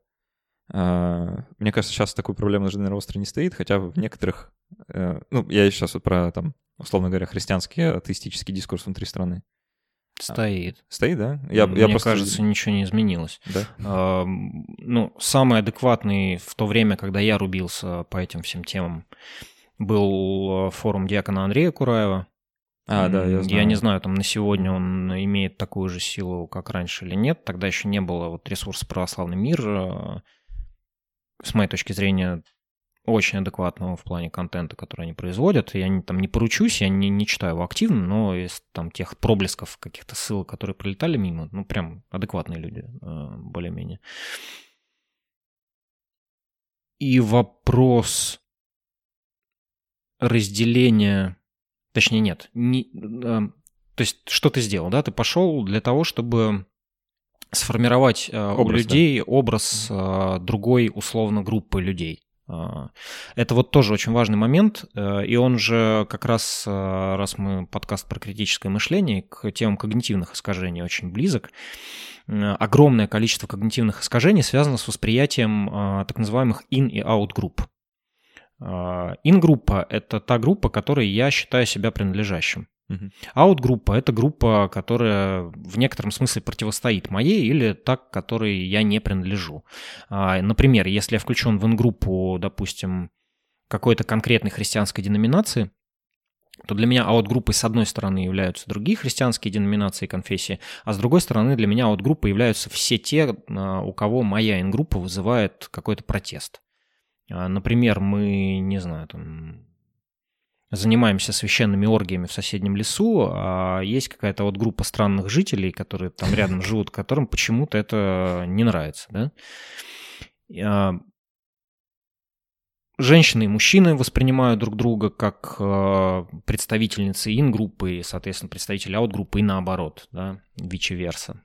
Мне кажется, сейчас такой проблемы даже, наверное, остро не стоит, хотя в некоторых... я сейчас вот про, там, условно говоря, христианский, атеистический дискурс внутри страны. Стоит. Стоит, да? Мне просто... кажется, ничего не изменилось. Да? Самый адекватный в то время, когда я рубился по этим всем темам, был форум диакона Андрея Кураева. Да, я знаю. Я не знаю, там на сегодня он имеет такую же силу, как раньше или нет. Тогда еще не было вот ресурса «Православный мир». С моей точки зрения, очень адекватного в плане контента, который они производят. Я там не поручусь, я не читаю его активно, но из там тех проблесков, каких-то ссылок, которые пролетали мимо, прям адекватные люди, более-менее. И вопрос разделения... Точнее, нет. То есть, что ты сделал, да? Ты пошел для того, чтобы сформировать у людей образ другой, условно, группы людей. Это вот тоже очень важный момент, и он же как раз, раз мы подкаст про критическое мышление, к темам когнитивных искажений очень близок. Огромное количество когнитивных искажений связано с восприятием так называемых in- и out-групп. In-группа – это та группа, которой я считаю себя принадлежащим. Аут-группа – это группа, которая в некотором смысле противостоит моей или та, к которой я не принадлежу. Например, если я включен в ин-группу, допустим, какой-то конкретной христианской деноминации, то для меня аут-группой с одной стороны являются другие христианские деноминации и конфессии, а с другой стороны для меня аут-группой являются все те, у кого моя ин-группа вызывает какой-то протест. Например, мы, не знаю, там... занимаемся священными оргиями в соседнем лесу, а есть какая-то вот группа странных жителей, которые там рядом живут, которым почему-то это не нравится, да? Женщины и мужчины воспринимают друг друга как представительницы ин-группы и, соответственно, представители аут-группы и наоборот, да, vice-versa.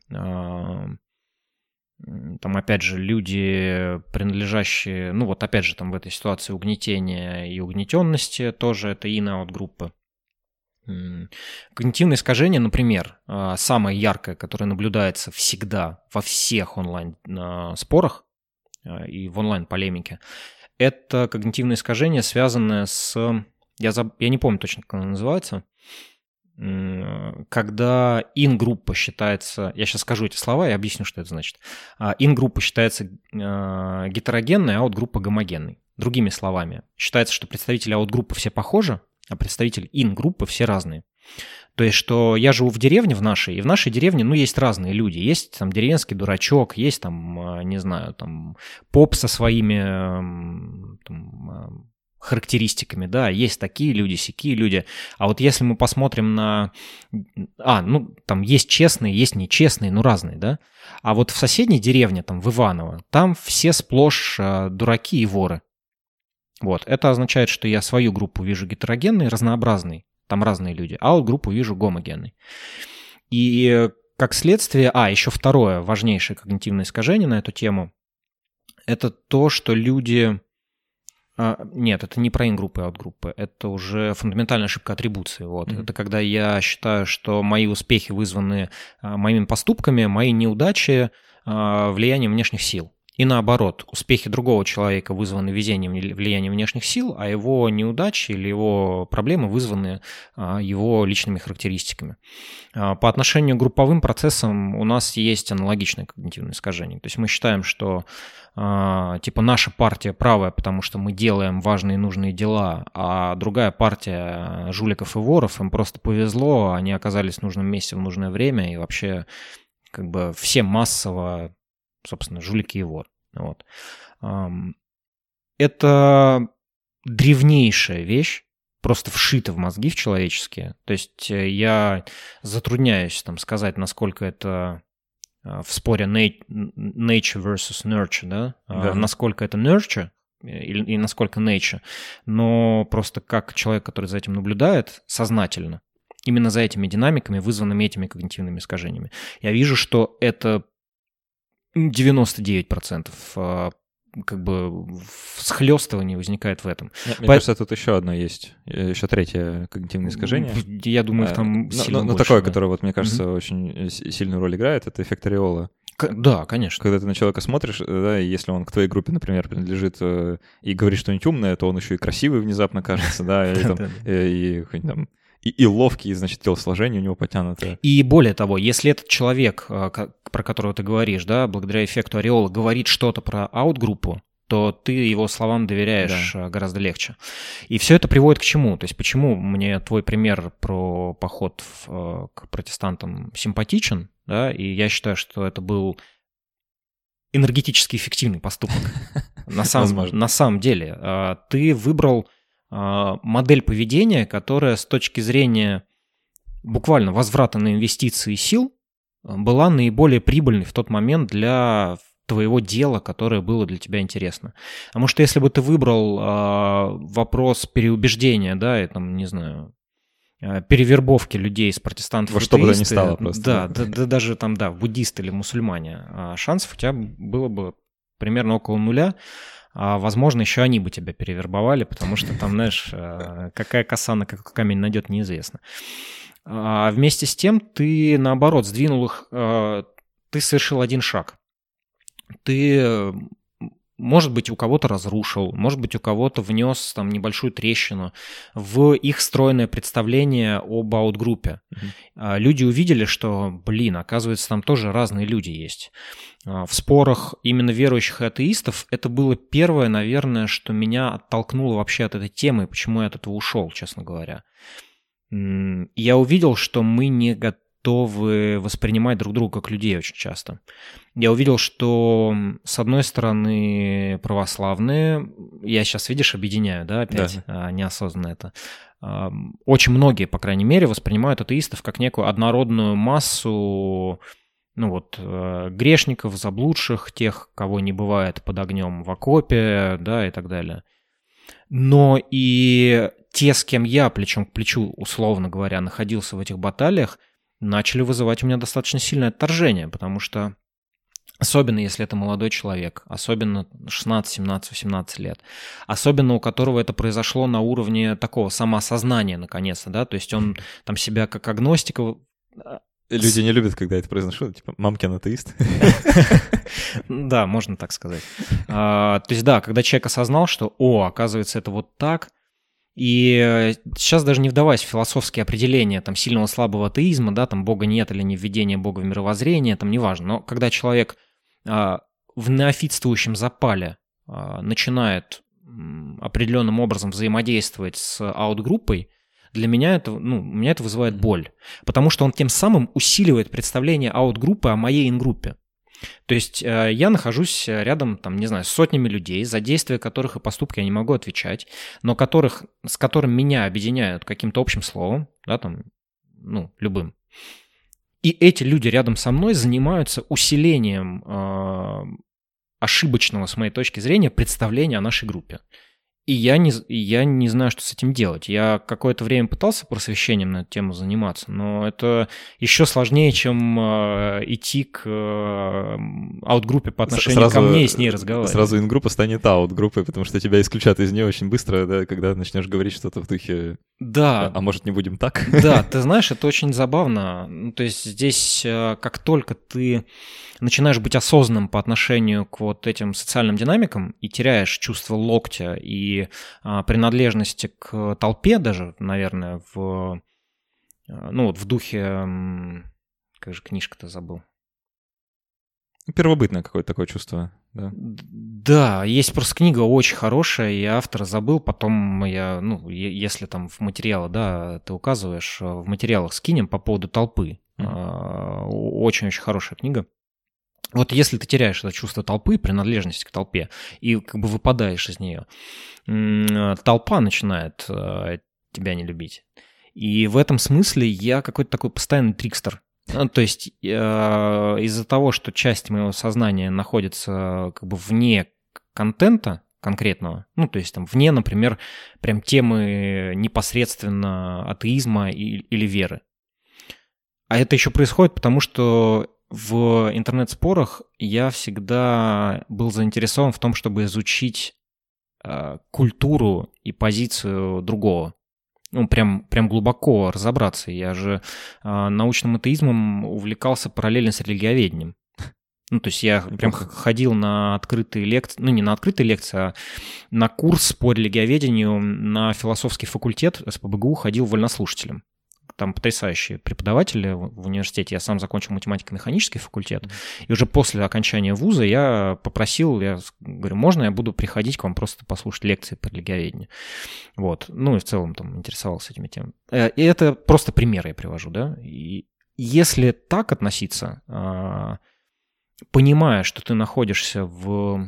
Там, опять же, люди, принадлежащие, опять же, там в этой ситуации угнетения и угнетенности, тоже это in-out-группы. Когнитивное искажение, например, самое яркое, которое наблюдается всегда во всех онлайн-спорах и в онлайн-полемике, это когнитивное искажение, связанное с... Я не помню точно, как оно называется. Когда in-группа считается... Я сейчас скажу эти слова и объясню, что это значит. In-группа считается гетерогенной, а out-группа гомогенной. Другими словами, считается, что представители аут-группы все похожи, а представители ин-группы все разные. То есть, что я живу в деревне в нашей, и в нашей деревне, есть разные люди. Есть там деревенский дурачок, есть там, не знаю, там поп со своими там, характеристиками, да, есть такие люди, сякие люди. А вот если мы посмотрим на... там есть честные, есть нечестные, разные, да. А вот в соседней деревне, там в Иваново, там все сплошь дураки и воры. Вот, это означает, что я свою группу вижу гетерогенной, разнообразной, там разные люди, а вот группу вижу гомогенной. И как следствие, еще второе важнейшее когнитивное искажение на эту тему, это то, что люди... Нет, это не про ин-группы и аут-группы, это уже фундаментальная ошибка атрибуции. Вот. Это когда я считаю, что мои успехи вызваны моими поступками, мои неудачи влиянием внешних сил. И наоборот, успехи другого человека вызваны влиянием внешних сил, а его неудачи или его проблемы вызваны его личными характеристиками. По отношению к групповым процессам у нас есть аналогичное когнитивное искажение. То есть мы считаем, что наша партия правая, потому что мы делаем важные и нужные дела, а другая партия жуликов и воров, им просто повезло, они оказались в нужном месте в нужное время, и вообще все массово, собственно, жулики и воры. Вот. Это древнейшая вещь, просто вшита в мозги в человеческие. То есть я затрудняюсь сказать, насколько это в споре nature versus nurture, да? Насколько это nurture и насколько nature, но просто как человек, который за этим наблюдает сознательно, именно за этими динамиками, вызванными этими когнитивными искажениями, я вижу, что это 99% всхлёстывание возникает в этом. Мне кажется, тут еще одно есть, еще третье когнитивное искажение. Я думаю, их там сильно больше. Такое, которое, мне кажется, очень сильную роль играет, это эффект ореола. Да, конечно. Когда ты на человека смотришь, да, и если он к твоей группе, например, принадлежит и говорит что-нибудь умное, то он еще и красивый внезапно кажется, да, и ловкий, значит, телосложение у него потянутое. И более того, если этот человек, про которого ты говоришь, да, благодаря эффекту ореола, говорит что-то про аут-группу, то ты его словам доверяешь гораздо легче. И все это приводит к чему? То есть почему мне твой пример про поход к протестантам симпатичен, да, и я считаю, что это был энергетически эффективный поступок. На самом деле. Ты выбрал модель поведения, которая с точки зрения буквально возврата на инвестиции сил была наиболее прибыльной в тот момент для твоего дела, которое было для тебя интересно. Потому что если бы ты выбрал вопрос переубеждения, да, и там, не знаю, перевербовки людей из протестантов, во что бы то ни стало просто. Да, даже там, буддисты или мусульмане, шансов у тебя было бы примерно около нуля. Возможно, еще они бы тебя перевербовали, потому что там, знаешь, какая коса на какой камень найдет, неизвестно. А вместе с тем ты, наоборот, сдвинул их, ты совершил один шаг. Ты, может быть, у кого-то разрушил, может быть, у кого-то внес там небольшую трещину в их стройное представление об аут-группе. Люди увидели, что, оказывается, там тоже разные люди есть. В спорах именно верующих и атеистов это было первое, наверное, что меня оттолкнуло вообще от этой темы, почему я от этого ушел, честно говоря. Я увидел, что мы не готовы воспринимать друг друга как людей очень часто. Я увидел, что, с одной стороны, православные, я сейчас, видишь, объединяю, да, опять, неосознанно это, очень многие, по крайней мере, воспринимают атеистов как некую однородную массу, грешников, заблудших, тех, кого не бывает под огнем в окопе, да, и так далее. Но и те, с кем я плечом к плечу, условно говоря, находился в этих баталиях, начали вызывать у меня достаточно сильное отторжение, потому что, особенно если это молодой человек, особенно 16, 17, 18 лет, особенно у которого это произошло на уровне такого самоосознания, наконец-то, да, то есть он там себя как агностика... Люди не любят, когда это произношу, типа мамкин атеист. Да, можно так сказать. То есть, да, когда человек осознал, что, оказывается, это вот так, и сейчас даже не вдаваясь в философские определения там сильного слабого атеизма, да, там Бога нет или не введение Бога в мировоззрение, там неважно, но когда человек в неофитствующем запале начинает определенным образом взаимодействовать с аут-группой, для меня это, меня это вызывает боль, потому что он тем самым усиливает представление аут-группы о моей ин-группе. То есть я нахожусь рядом, не знаю, с сотнями людей, за действия которых и поступки я не могу отвечать, но с которым меня объединяют каким-то общим словом, любым. И эти люди рядом со мной занимаются усилением ошибочного, с моей точки зрения, представления о нашей группе. И я не знаю, что с этим делать. Я какое-то время пытался просвещением на эту тему заниматься, но это еще сложнее, чем идти к аут-группе по отношению ко мне и с ней разговаривать. Сразу ин-группа станет аут-группой, потому что тебя исключат из нее очень быстро, да, когда начнешь говорить что-то в духе «Да». А может, не будем так? Да, ты знаешь, это очень забавно. То есть здесь, как только ты начинаешь быть осознанным по отношению к вот этим социальным динамикам и теряешь чувство локтя и принадлежности к толпе даже, наверное, в духе... Как же книжка-то забыл? Первобытное какое-то такое чувство, да? Да, есть просто книга очень хорошая, я автора забыл, потом если там в материалы, да, ты указываешь, в материалах скинем по поводу толпы. Очень-очень хорошая книга. Вот если ты теряешь это чувство толпы, принадлежности к толпе, и как бы выпадаешь из нее, толпа начинает тебя не любить. И в этом смысле я какой-то такой постоянный трикстер. То есть из-за того, что часть моего сознания находится как бы вне контента конкретного, то есть там вне, например, прям темы непосредственно атеизма или веры. А это еще происходит потому, что в интернет-спорах я всегда был заинтересован в том, чтобы изучить культуру и позицию другого. Прям глубоко разобраться. Я же научным атеизмом увлекался параллельно с религиоведением. То есть я прям ходил на открытые лекции, не на открытые лекции, а на курс по религиоведению на философский факультет СПбГУ ходил вольнослушателем. Там потрясающие преподаватели в университете. Я сам закончил математико-механический факультет. И уже после окончания вуза я говорю, можно я буду приходить к вам просто послушать лекции по религиоведению? Вот. И в целом там интересовался этими темами. И это просто примеры я привожу, да. И если так относиться, понимая, что ты находишься в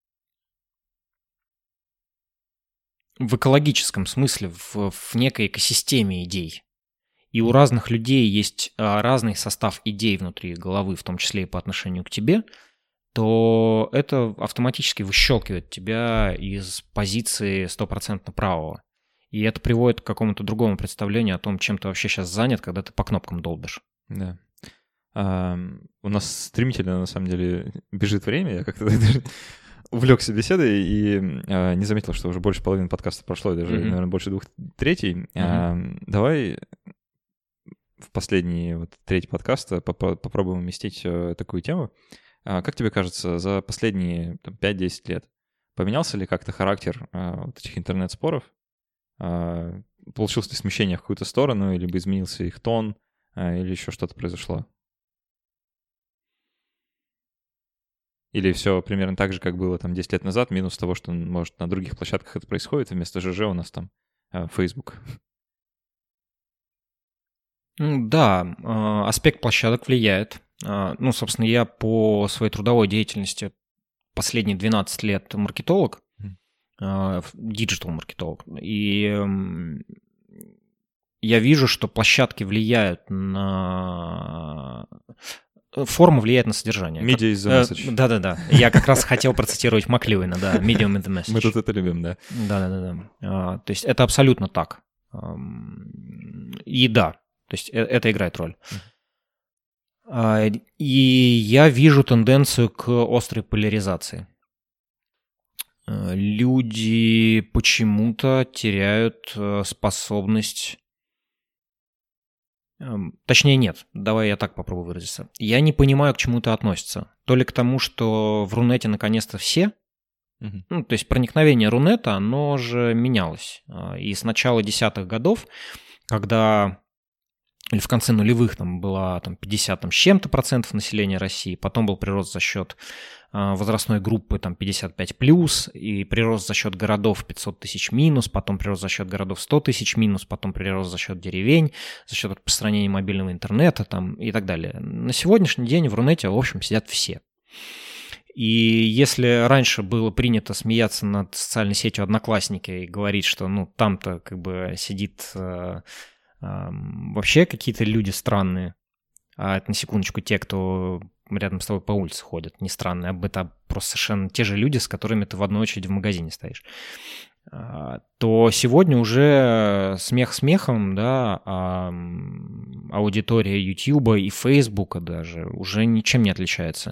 экологическом смысле, в некой экосистеме идей, и у разных людей есть разный состав идей внутри головы, в том числе и по отношению к тебе, то это автоматически выщелкивает тебя из позиции 100% правого. И это приводит к какому-то другому представлению о том, чем ты вообще сейчас занят, когда ты по кнопкам долбишь. Да. У нас стремительно, на самом деле, бежит время. Я как-то даже увлекся беседой и не заметил, что уже больше половины подкаста прошло, и даже, наверное, больше 2/3. Давай в последний треть подкаста попробуем уместить такую тему. Как тебе кажется, за последние 5-10 лет поменялся ли как-то характер вот этих интернет-споров? Получилось ли смещение в какую-то сторону, либо изменился их тон, или еще что-то произошло? Или все примерно так же, как было там 10 лет назад, минус того, что, может, на других площадках это происходит, вместо ЖЖ у нас там Facebook. Да, аспект площадок влияет. Собственно, я по своей трудовой деятельности последние 12 лет маркетолог, диджитал-маркетолог, и я вижу, что площадки влияют на... Форма влияет на содержание. Media is the message. Да-да-да. Я как раз хотел процитировать Маклюина, да, medium is the message. Мы тут это любим, да. Да-да-да. То есть это абсолютно так. И да, то есть это играет роль. И я вижу тенденцию к острой поляризации. Люди почему-то теряют способность... Точнее, нет. Давай я так попробую выразиться. Я не понимаю, к чему это относится. То ли к тому, что в Рунете наконец-то все. То есть проникновение Рунета, оно же менялось. И с начала 10-х годов, когда или в конце нулевых там была там 50 там, с чем-то процентов населения России, потом был прирост за счет возрастной группы там 55+, и прирост за счет городов 500 тысяч минус, потом прирост за счет городов 100 тысяч минус, потом прирост за счет деревень, за счет распространения мобильного интернета там, и так далее. На сегодняшний день в Рунете, в общем, сидят все. И если раньше было принято смеяться над социальной сетью Одноклассники и говорить, что ну там-то как бы сидит вообще какие-то люди странные, а это на секундочку те, кто рядом с тобой по улице ходят, не странные, а это просто совершенно те же люди, с которыми ты в одной очереди в магазине стоишь, то сегодня уже смех смехом, да, аудитория Ютьюба и Фейсбука даже уже ничем не отличается.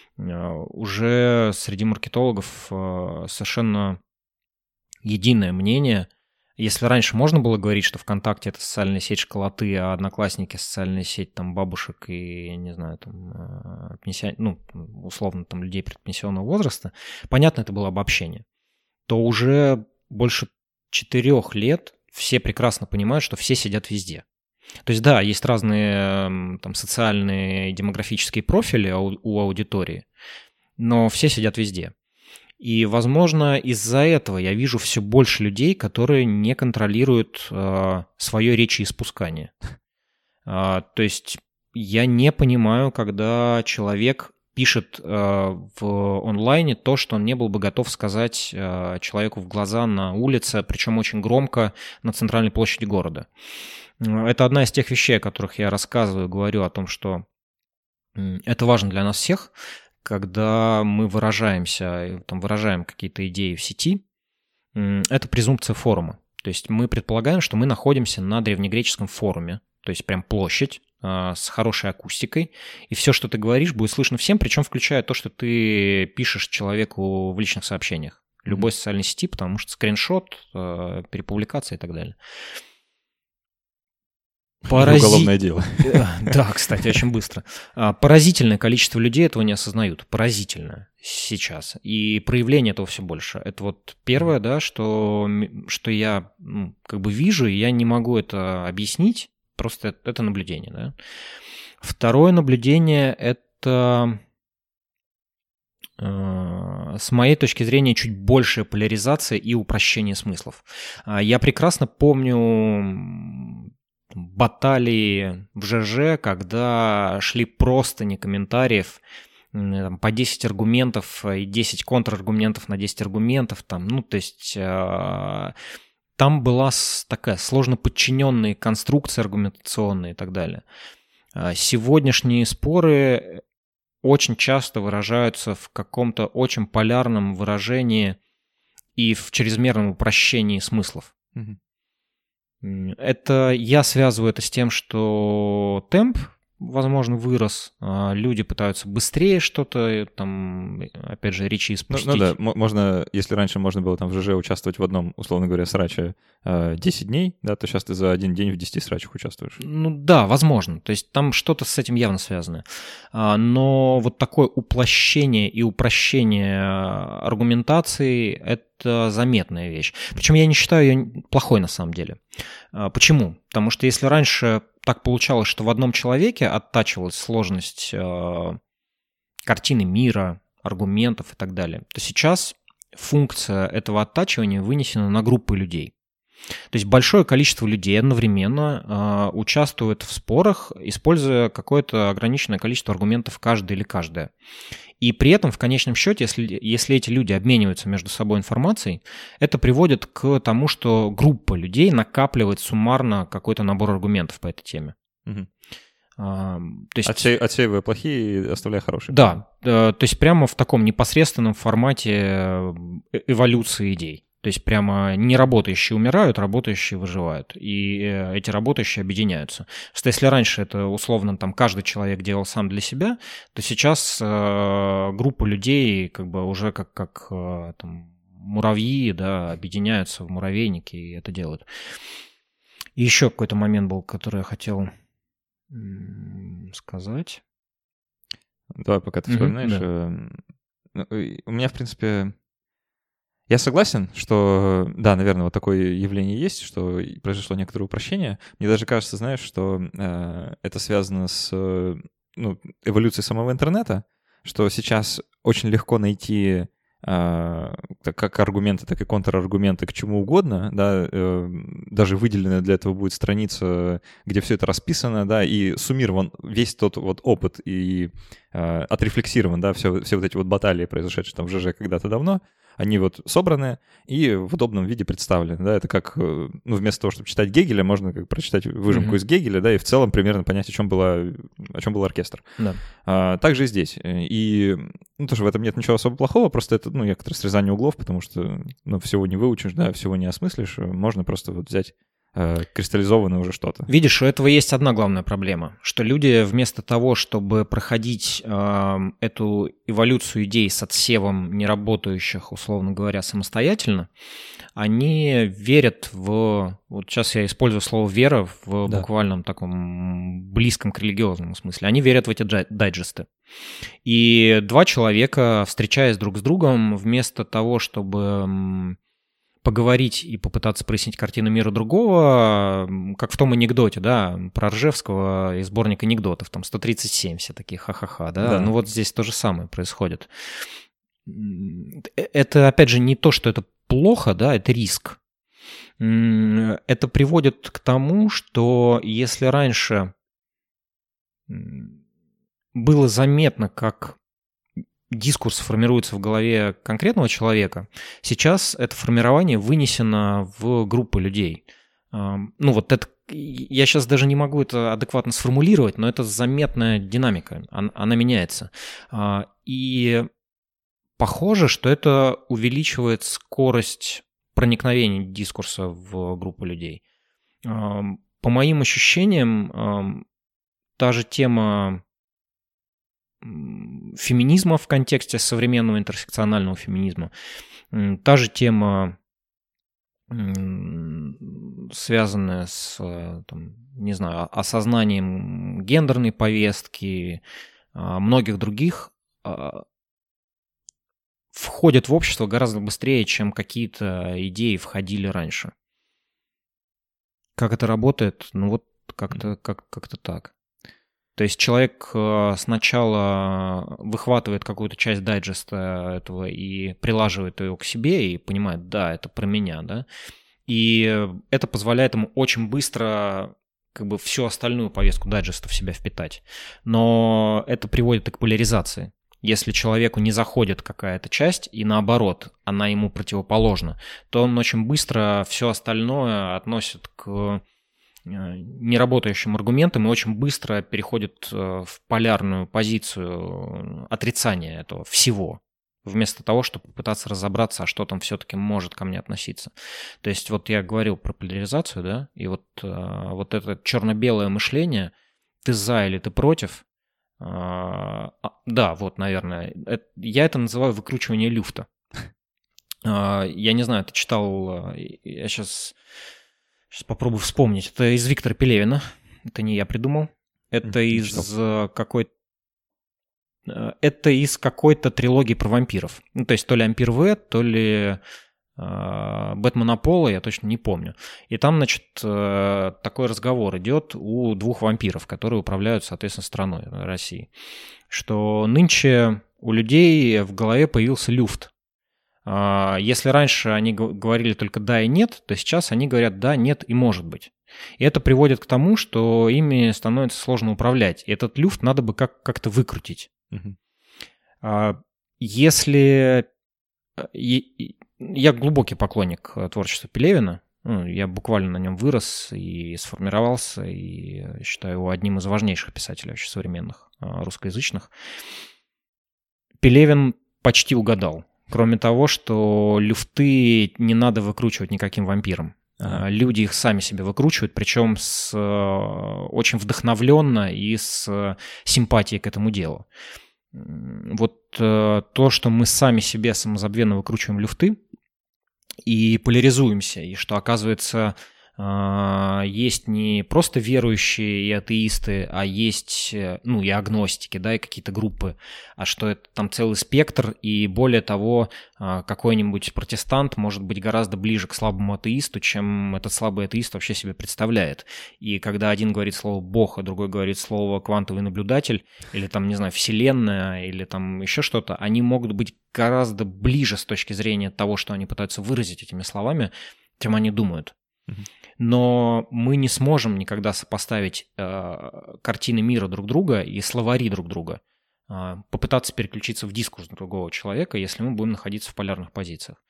Уже среди маркетологов совершенно единое мнение. Если раньше можно было говорить, что ВКонтакте — это социальная сеть школоты, а Одноклассники — социальная сеть там бабушек и, не знаю, там, условно, там, людей предпенсионного возраста, понятно, это было обобщение, то уже больше 4 лет все прекрасно понимают, что все сидят везде. То есть, да, есть разные там социальные и демографические профили у аудитории, но все сидят везде. И, возможно, из-за этого я вижу все больше людей, которые не контролируют свое речеиспускание. То есть я не понимаю, когда человек пишет в онлайне то, что он не был бы готов сказать человеку в глаза на улице, причем очень громко на центральной площади города. Это одна из тех вещей, о которых я рассказываю, говорю о том, что это важно для нас всех, когда мы выражаемся, там, выражаем какие-то идеи в сети, это презумпция форума. То есть мы предполагаем, что мы находимся на древнегреческом форуме, то есть прям площадь с хорошей акустикой, и все, что ты говоришь, будет слышно всем, причем включая то, что ты пишешь человеку в личных сообщениях любой социальной сети, потому что скриншот, перепубликация и так далее. Уголовное дело. Да, кстати, очень быстро. Поразительное количество людей этого не осознают. Поразительное сейчас. И проявление этого все больше. Это вот первое, да, что я как бы вижу, и я не могу это объяснить. Просто это наблюдение, да. Второе наблюдение – это, с моей точки зрения, чуть большая поляризация и упрощение смыслов. Я прекрасно помню баталии в ЖЖ, когда шли простыни комментариев там, по 10 аргументов и 10 контраргументов на 10 аргументов. Там, ну, то есть там была такая сложно подчиненная конструкция аргументационная и так далее. Сегодняшние споры очень часто выражаются в каком-то очень полярном выражении и в чрезмерном упрощении смыслов. Это я связываю это с тем, что темп, возможно, вырос, люди пытаются быстрее что-то, там, опять же, речи испустить. Ну да, можно, если раньше можно было там в ЖЖ участвовать в одном, условно говоря, сраче 10 дней, да, то сейчас ты за один день в 10 срачах участвуешь. Ну да, возможно, то есть там что-то с этим явно связано. Но вот такое уплощение и упрощение аргументации – это заметная вещь. Причем я не считаю ее плохой на самом деле. Почему? Потому что если раньше так получалось, что в одном человеке оттачивалась сложность картины мира, аргументов и так далее, то сейчас функция этого оттачивания вынесена на группы людей. То есть большое количество людей одновременно участвует в спорах, используя какое-то ограниченное количество аргументов каждый или каждая. И при этом в конечном счете, если эти люди обмениваются между собой информацией, это приводит к тому, что группа людей накапливает суммарно какой-то набор аргументов по этой теме. Угу. То есть, отсеивая плохие, оставляя хорошие. Да, то есть прямо в таком непосредственном формате эволюции идей. То есть прямо не работающие умирают, работающие выживают. И эти работающие объединяются. Что если раньше это условно там каждый человек делал сам для себя, то сейчас группа людей как бы уже как там, муравьи, да, объединяются в муравейники и это делают. И еще какой-то момент был, который я хотел сказать. Давай, пока ты вспоминаешь. Да. У меня, в принципе... Я согласен, что, да, наверное, вот такое явление есть, что произошло некоторое упрощение. Мне даже кажется, знаешь, что это связано с эволюцией самого интернета, что сейчас очень легко найти как аргументы, так и контраргументы к чему угодно, да, даже выделенная для этого будет страница, где все это расписано, да, и суммирован весь тот вот опыт и отрефлексирован, да, все вот эти вот баталии, произошедшие там в ЖЖ когда-то давно, они вот собраны и в удобном виде представлены, да, это как, вместо того, чтобы читать Гегеля, можно как прочитать выжимку из Гегеля, да, и в целом примерно понять, о чем был оркестр. Да. Также и здесь. И, тоже в этом нет ничего особо плохого, просто это, некоторое срезание углов, потому что, всего не выучишь, да, всего не осмыслишь, можно просто вот взять кристаллизованное уже что-то. Видишь, у этого есть одна главная проблема, что люди вместо того, чтобы проходить эту эволюцию идей с отсевом неработающих, условно говоря, самостоятельно, они верят в... Вот сейчас я использую слово «вера» в буквальном таком близком к религиозному смысле. Они верят в эти дайджесты. И два человека, встречаясь друг с другом, вместо того, чтобы поговорить и попытаться прояснить картину мира другого, как в том анекдоте, да, про Ржевского из сборника анекдотов, там 137 все такие ха-ха-ха, да? Ну вот здесь то же самое происходит. Это, опять же, не то, что это плохо, да, это риск. Это приводит к тому, что если раньше было заметно, как дискурс формируется в голове конкретного человека, сейчас это формирование вынесено в группы людей. Вот это, я сейчас даже не могу это адекватно сформулировать, но это заметная динамика, она меняется. И похоже, что это увеличивает скорость проникновения дискурса в группу людей. По моим ощущениям, та же тема феминизма в контексте современного интерсекционального феминизма, та же тема, связанная с, осознанием гендерной повестки, многих других, входит в общество гораздо быстрее, чем какие-то идеи входили раньше. Как это работает? Как-то так. То есть человек сначала выхватывает какую-то часть дайджеста этого и прилаживает ее к себе и понимает, да, это про меня, да. И это позволяет ему очень быстро всю остальную повестку дайджеста в себя впитать. Но это приводит и к поляризации. Если человеку не заходит какая-то часть, и наоборот, она ему противоположна, то он очень быстро все остальное относит к неработающим аргументам и очень быстро переходит в полярную позицию отрицания этого всего, вместо того, чтобы попытаться разобраться, а что там все-таки может ко мне относиться. То есть вот я говорил про поляризацию, да, и вот это черно-белое мышление, ты за или ты против, да, вот, наверное, я это называю выкручивание люфта. Я не знаю, ты читал, я сейчас попробую вспомнить. Это из Виктора Пелевина. Это не я придумал. Это из какой-то трилогии про вампиров. То есть то ли Ампир В, то ли Бэтмен Аполло, я точно не помню. И там, такой разговор идет у двух вампиров, которые управляют, соответственно, страной России. Что нынче у людей в голове появился люфт. Если раньше они говорили только «да» и «нет», то сейчас они говорят «да», «нет» и «может быть». И это приводит к тому, что ими становится сложно управлять. И этот люфт надо бы как-то выкрутить. Если... Я глубокий поклонник творчества Пелевина. Я буквально на нем вырос и сформировался, и считаю его одним из важнейших писателей вообще современных, русскоязычных. Пелевин почти угадал. Кроме того, что люфты не надо выкручивать никаким вампирам. Люди их сами себе выкручивают, причем очень вдохновленно и с симпатией к этому делу. Вот то, что мы сами себе самозабвенно выкручиваем люфты и поляризуемся, и что, оказывается, есть не просто верующие и атеисты, а есть, и агностики, да, и какие-то группы, а что это там целый спектр, и более того, какой-нибудь протестант может быть гораздо ближе к слабому атеисту, чем этот слабый атеист вообще себе представляет. И когда один говорит слово «бог», а другой говорит слово «квантовый наблюдатель», или там, не знаю, «вселенная», или там еще что-то, они могут быть гораздо ближе с точки зрения того, что они пытаются выразить этими словами, чем они думают. Но мы не сможем никогда сопоставить картины мира друг друга и словари друг друга, попытаться переключиться в дискурс другого человека, если мы будем находиться в полярных позициях.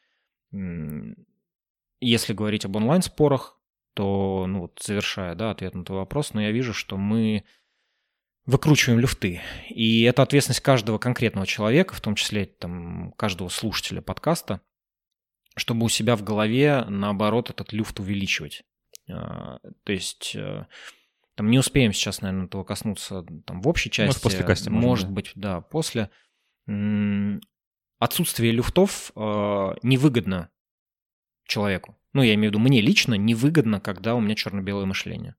Если говорить об онлайн-спорах, то, завершая, ответ на твой вопрос, я вижу, что мы выкручиваем люфты. И это ответственность каждого конкретного человека, в том числе там, каждого слушателя подкаста, чтобы у себя в голове, наоборот, этот люфт увеличивать. То есть там не успеем сейчас, наверное, этого коснуться там, в общей части. Может, после кастинга. Может быть, да, после. Отсутствие люфтов невыгодно человеку. Я имею в виду, мне лично невыгодно, когда у меня черно-белое мышление.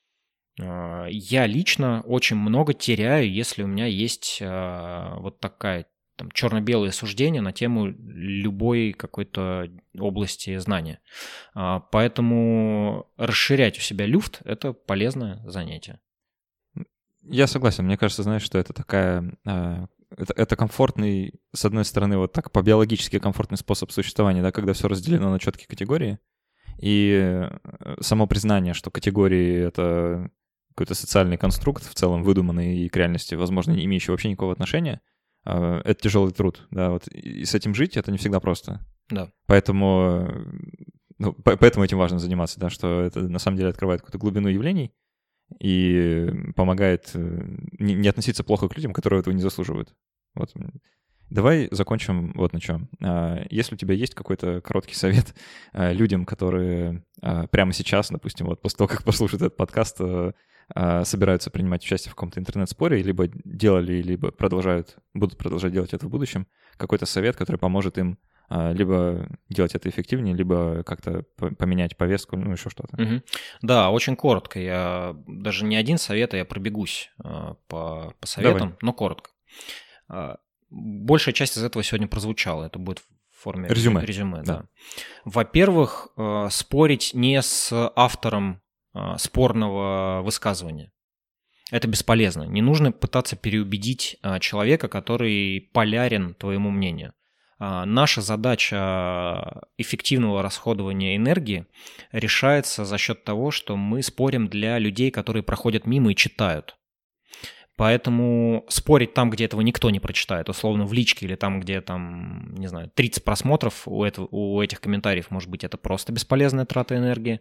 Я лично очень много теряю, если у меня есть вот такая там, черно-белое суждение на тему любой какой-то области знания. Поэтому расширять у себя люфт – это полезное занятие. Я согласен. Мне кажется, знаешь, что это такая... Это комфортный, с одной стороны, вот так по-биологически комфортный способ существования, да, когда все разделено на четкие категории. И само признание, что категории — это какой-то социальный конструкт, в целом выдуманный и к реальности, возможно, не имеющий вообще никакого отношения, это тяжелый труд, да, вот, и с этим жить это не всегда просто. Да. Поэтому этим важно заниматься, да, что это на самом деле открывает какую-то глубину явлений и помогает не относиться плохо к людям, которые этого не заслуживают. Вот. Давай закончим вот на чем. Если у тебя есть какой-то короткий совет людям, которые прямо сейчас, допустим, вот после того, как послушают этот подкаст, собираются принимать участие в каком-то интернет-споре, либо делали, либо будут продолжать делать это в будущем, какой-то совет, который поможет им либо делать это эффективнее, либо как-то поменять повестку, еще что-то. Угу. Да, очень коротко. Я даже не один совет, а я пробегусь по советам, Давай. Но коротко. Большая часть из этого сегодня прозвучала. Это будет в форме резюме. Да. Во-первых, спорить не с автором спорного высказывания. Это бесполезно. Не нужно пытаться переубедить человека, который полярен твоему мнению. Наша задача эффективного расходования энергии решается за счет того, что мы спорим для людей, которые проходят мимо и читают. Поэтому спорить там, где этого никто не прочитает, условно в личке или там, где там, не знаю, 30 просмотров у этих комментариев, может быть, это просто бесполезная трата энергии.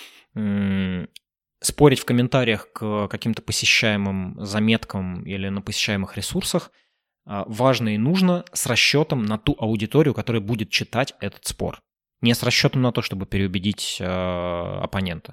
Спорить в комментариях к каким-то посещаемым заметкам или на посещаемых ресурсах важно и нужно с расчетом на ту аудиторию, которая будет читать этот спор. Не с расчетом на то, чтобы переубедить оппонента.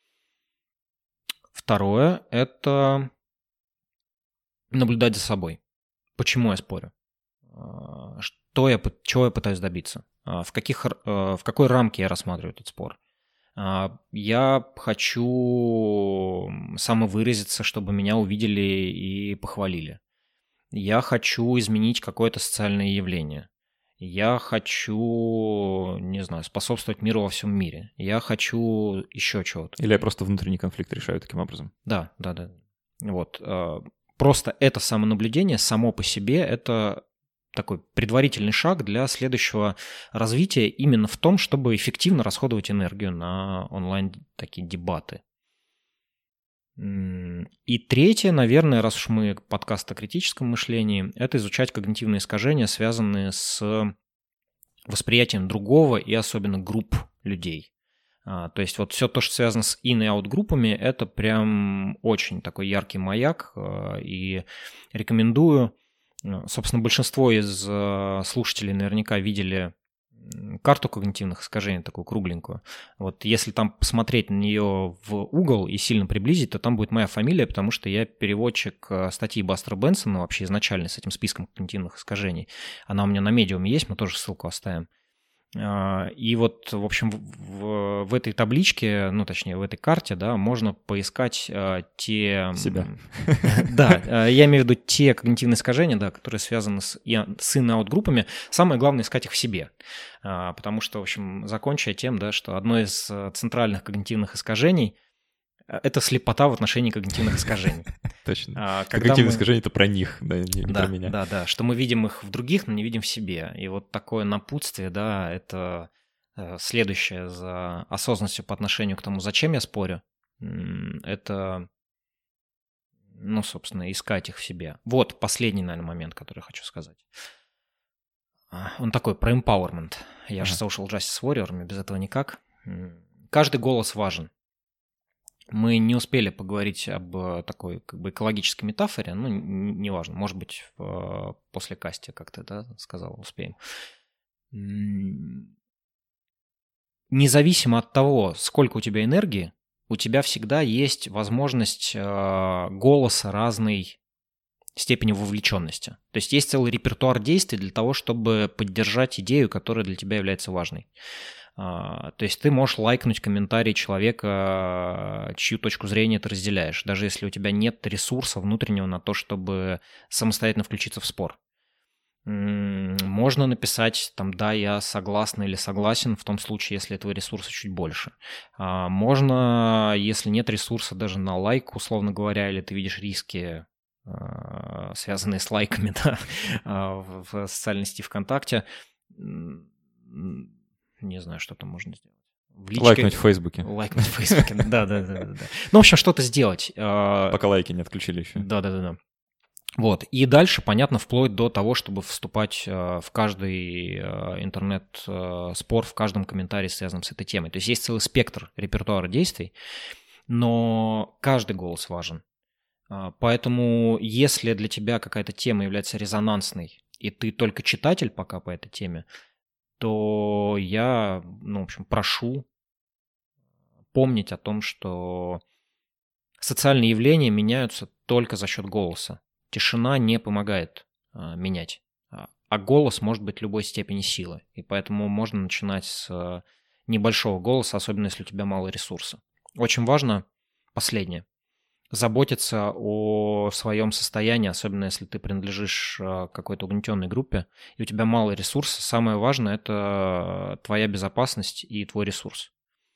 Второе – это наблюдать за собой. Почему я спорю? Чего я пытаюсь добиться? В какой рамке я рассматриваю этот спор? Я хочу самовыразиться, чтобы меня увидели и похвалили. Я хочу изменить какое-то социальное явление. Я хочу, не знаю, способствовать миру во всем мире. Я хочу еще чего-то. Или я просто внутренний конфликт решаю таким образом. Да. Вот. Просто это самонаблюдение само по себе – это такой предварительный шаг для следующего развития именно в том, чтобы эффективно расходовать энергию на онлайн такие дебаты. И третье, наверное, раз уж мы подкаст о критическом мышлении, это изучать когнитивные искажения, связанные с восприятием другого и особенно групп людей. То есть вот все то, что связано с in- и out-группами, это прям очень такой яркий маяк, и рекомендую. Собственно, большинство из слушателей наверняка видели карту когнитивных искажений, такую кругленькую. Вот если там посмотреть на нее в угол и сильно приблизить, то там будет моя фамилия, потому что я переводчик статьи Бастера Бенсона, вообще изначально с этим списком когнитивных искажений. Она у меня на Medium есть, мы тоже ссылку оставим. И вот, в общем, в этой табличке, ну, точнее, в этой карте, да, можно поискать те... Себя. Да, я имею в виду те когнитивные искажения, да, которые связаны с in-out группами. Самое главное — искать их в себе. Потому что, в общем, закончая тем, да, что одно из центральных когнитивных искажений — это слепота в отношении когнитивных искажений. Точно. Когнитивные искажения — это про них, да, не про меня. Да, что мы видим их в других, но не видим в себе. И вот такое напутствие, да, это следующее за осознанностью по отношению к тому, зачем я спорю, это, ну, собственно, искать их в себе. Вот последний, наверное, момент, который я хочу сказать. Он такой про empowerment. Я же social justice warrior, мне без этого никак. Каждый голос важен. Мы не успели поговорить об такой как бы экологической метафоре, ну, неважно, может быть, после касти, как ты, да, сказал, успеем. Независимо от того, сколько у тебя энергии, у тебя всегда есть возможность голоса разной степени вовлеченности. То есть есть целый репертуар действий для того, чтобы поддержать идею, которая для тебя является важной. То есть ты можешь лайкнуть комментарий человека, чью точку зрения ты разделяешь, даже если у тебя нет ресурса внутреннего на то, чтобы самостоятельно включиться в спор. Можно написать там «да, я согласна» или «согласен» в том случае, если этого ресурса чуть больше. Можно, если нет ресурса даже на лайк, условно говоря, или ты видишь риски, связанные с лайками, да, в социальной сети ВКонтакте, не знаю, что там можно сделать. Лайкнуть в Фейсбуке. Лайкнуть в Фейсбуке, да. Ну, в общем, что-то сделать. Пока лайки не отключили еще. Да. Вот. И дальше, понятно, вплоть до того, чтобы вступать в каждый интернет-спор, в каждом комментарии, связанном с этой темой. То есть есть целый спектр репертуара действий, но каждый голос важен. Поэтому если для тебя какая-то тема является резонансной, и ты только читатель пока по этой теме, то я, ну, в общем, прошу помнить о том, что социальные явления меняются только за счет голоса. Тишина не помогает менять, а голос может быть любой степени силы, и поэтому можно начинать с небольшого голоса, особенно если у тебя мало ресурса. Очень важно, последнее, заботиться о своем состоянии, особенно если ты принадлежишь какой-то угнетенной группе, и у тебя мало ресурса. Самое важное — это твоя безопасность и твой ресурс.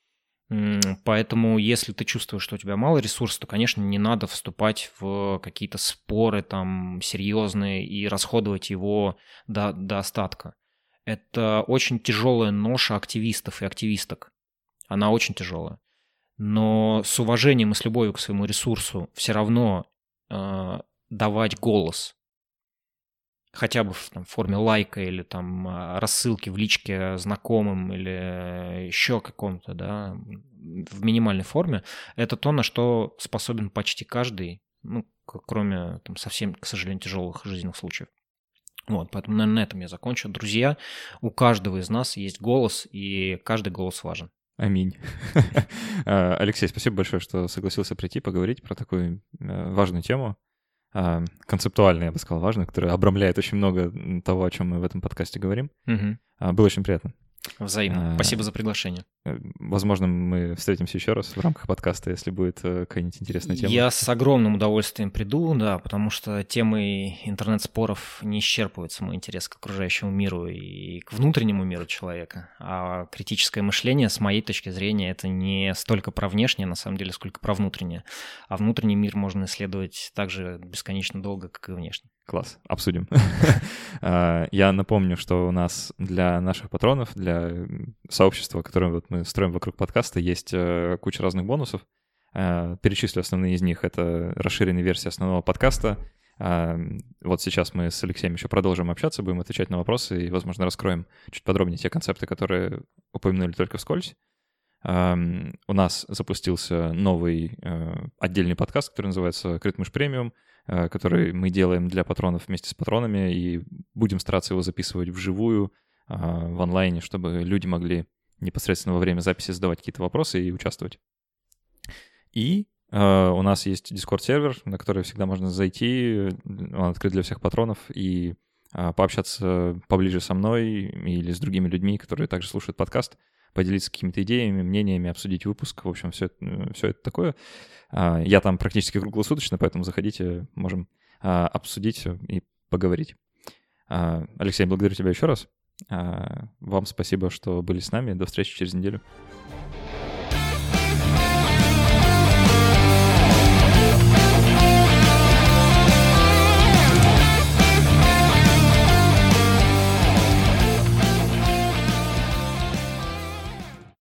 Поэтому, если ты чувствуешь, что у тебя мало ресурса, то, конечно, не надо вступать в какие-то споры там серьезные и расходовать его до остатка. Это очень тяжелая ноша активистов и активисток. Она очень тяжелая. Но с уважением и с любовью к своему ресурсу все равно давать голос, хотя бы в форме лайка или там рассылки в личке знакомым или еще каком-то, да, в минимальной форме, это то, на что способен почти каждый, ну, кроме там совсем, к сожалению, тяжелых жизненных случаев. Вот, поэтому, наверное, на этом я закончу. Друзья, у каждого из нас есть голос, и каждый голос важен. Аминь. Алексей, спасибо большое, что согласился прийти поговорить про такую важную тему, концептуально, я бы сказал, важную, которая обрамляет очень много того, о чем мы в этом подкасте говорим. Было очень приятно. Взаимно. Спасибо за приглашение. Возможно, мы встретимся еще раз в рамках подкаста, если будет какая-нибудь интересная тема. Я с огромным удовольствием приду, да, потому что темой интернет-споров не исчерпывается мой интерес к окружающему миру и к внутреннему миру человека. А критическое мышление, с моей точки зрения, это не столько про внешнее, на самом деле, сколько про внутреннее. А внутренний мир можно исследовать так же бесконечно долго, как и внешний. Класс, обсудим. Я напомню, что у нас для наших патронов, для сообщества, которое вот мы строим вокруг подкаста, есть куча разных бонусов. Перечислю основные из них. Это расширенная версия основного подкаста. Вот сейчас мы с Алексеем еще продолжим общаться, будем отвечать на вопросы и, возможно, раскроем чуть подробнее те концепты, которые упомянули только вскользь. У нас запустился новый отдельный подкаст, который называется «Крытмыш премиум», который мы делаем для патронов вместе с патронами, и будем стараться его записывать вживую, в онлайне, чтобы люди могли непосредственно во время записи задавать какие-то вопросы и участвовать. И у нас есть Discord-сервер, на который всегда можно зайти, он открыт для всех патронов, и пообщаться поближе со мной или с другими людьми, которые также слушают подкаст, поделиться какими-то идеями, мнениями, обсудить выпуск. В общем, все это такое. Я там практически круглосуточно, поэтому заходите, можем обсудить и поговорить. Алексей, благодарю тебя еще раз. Вам спасибо, что были с нами. До встречи через неделю.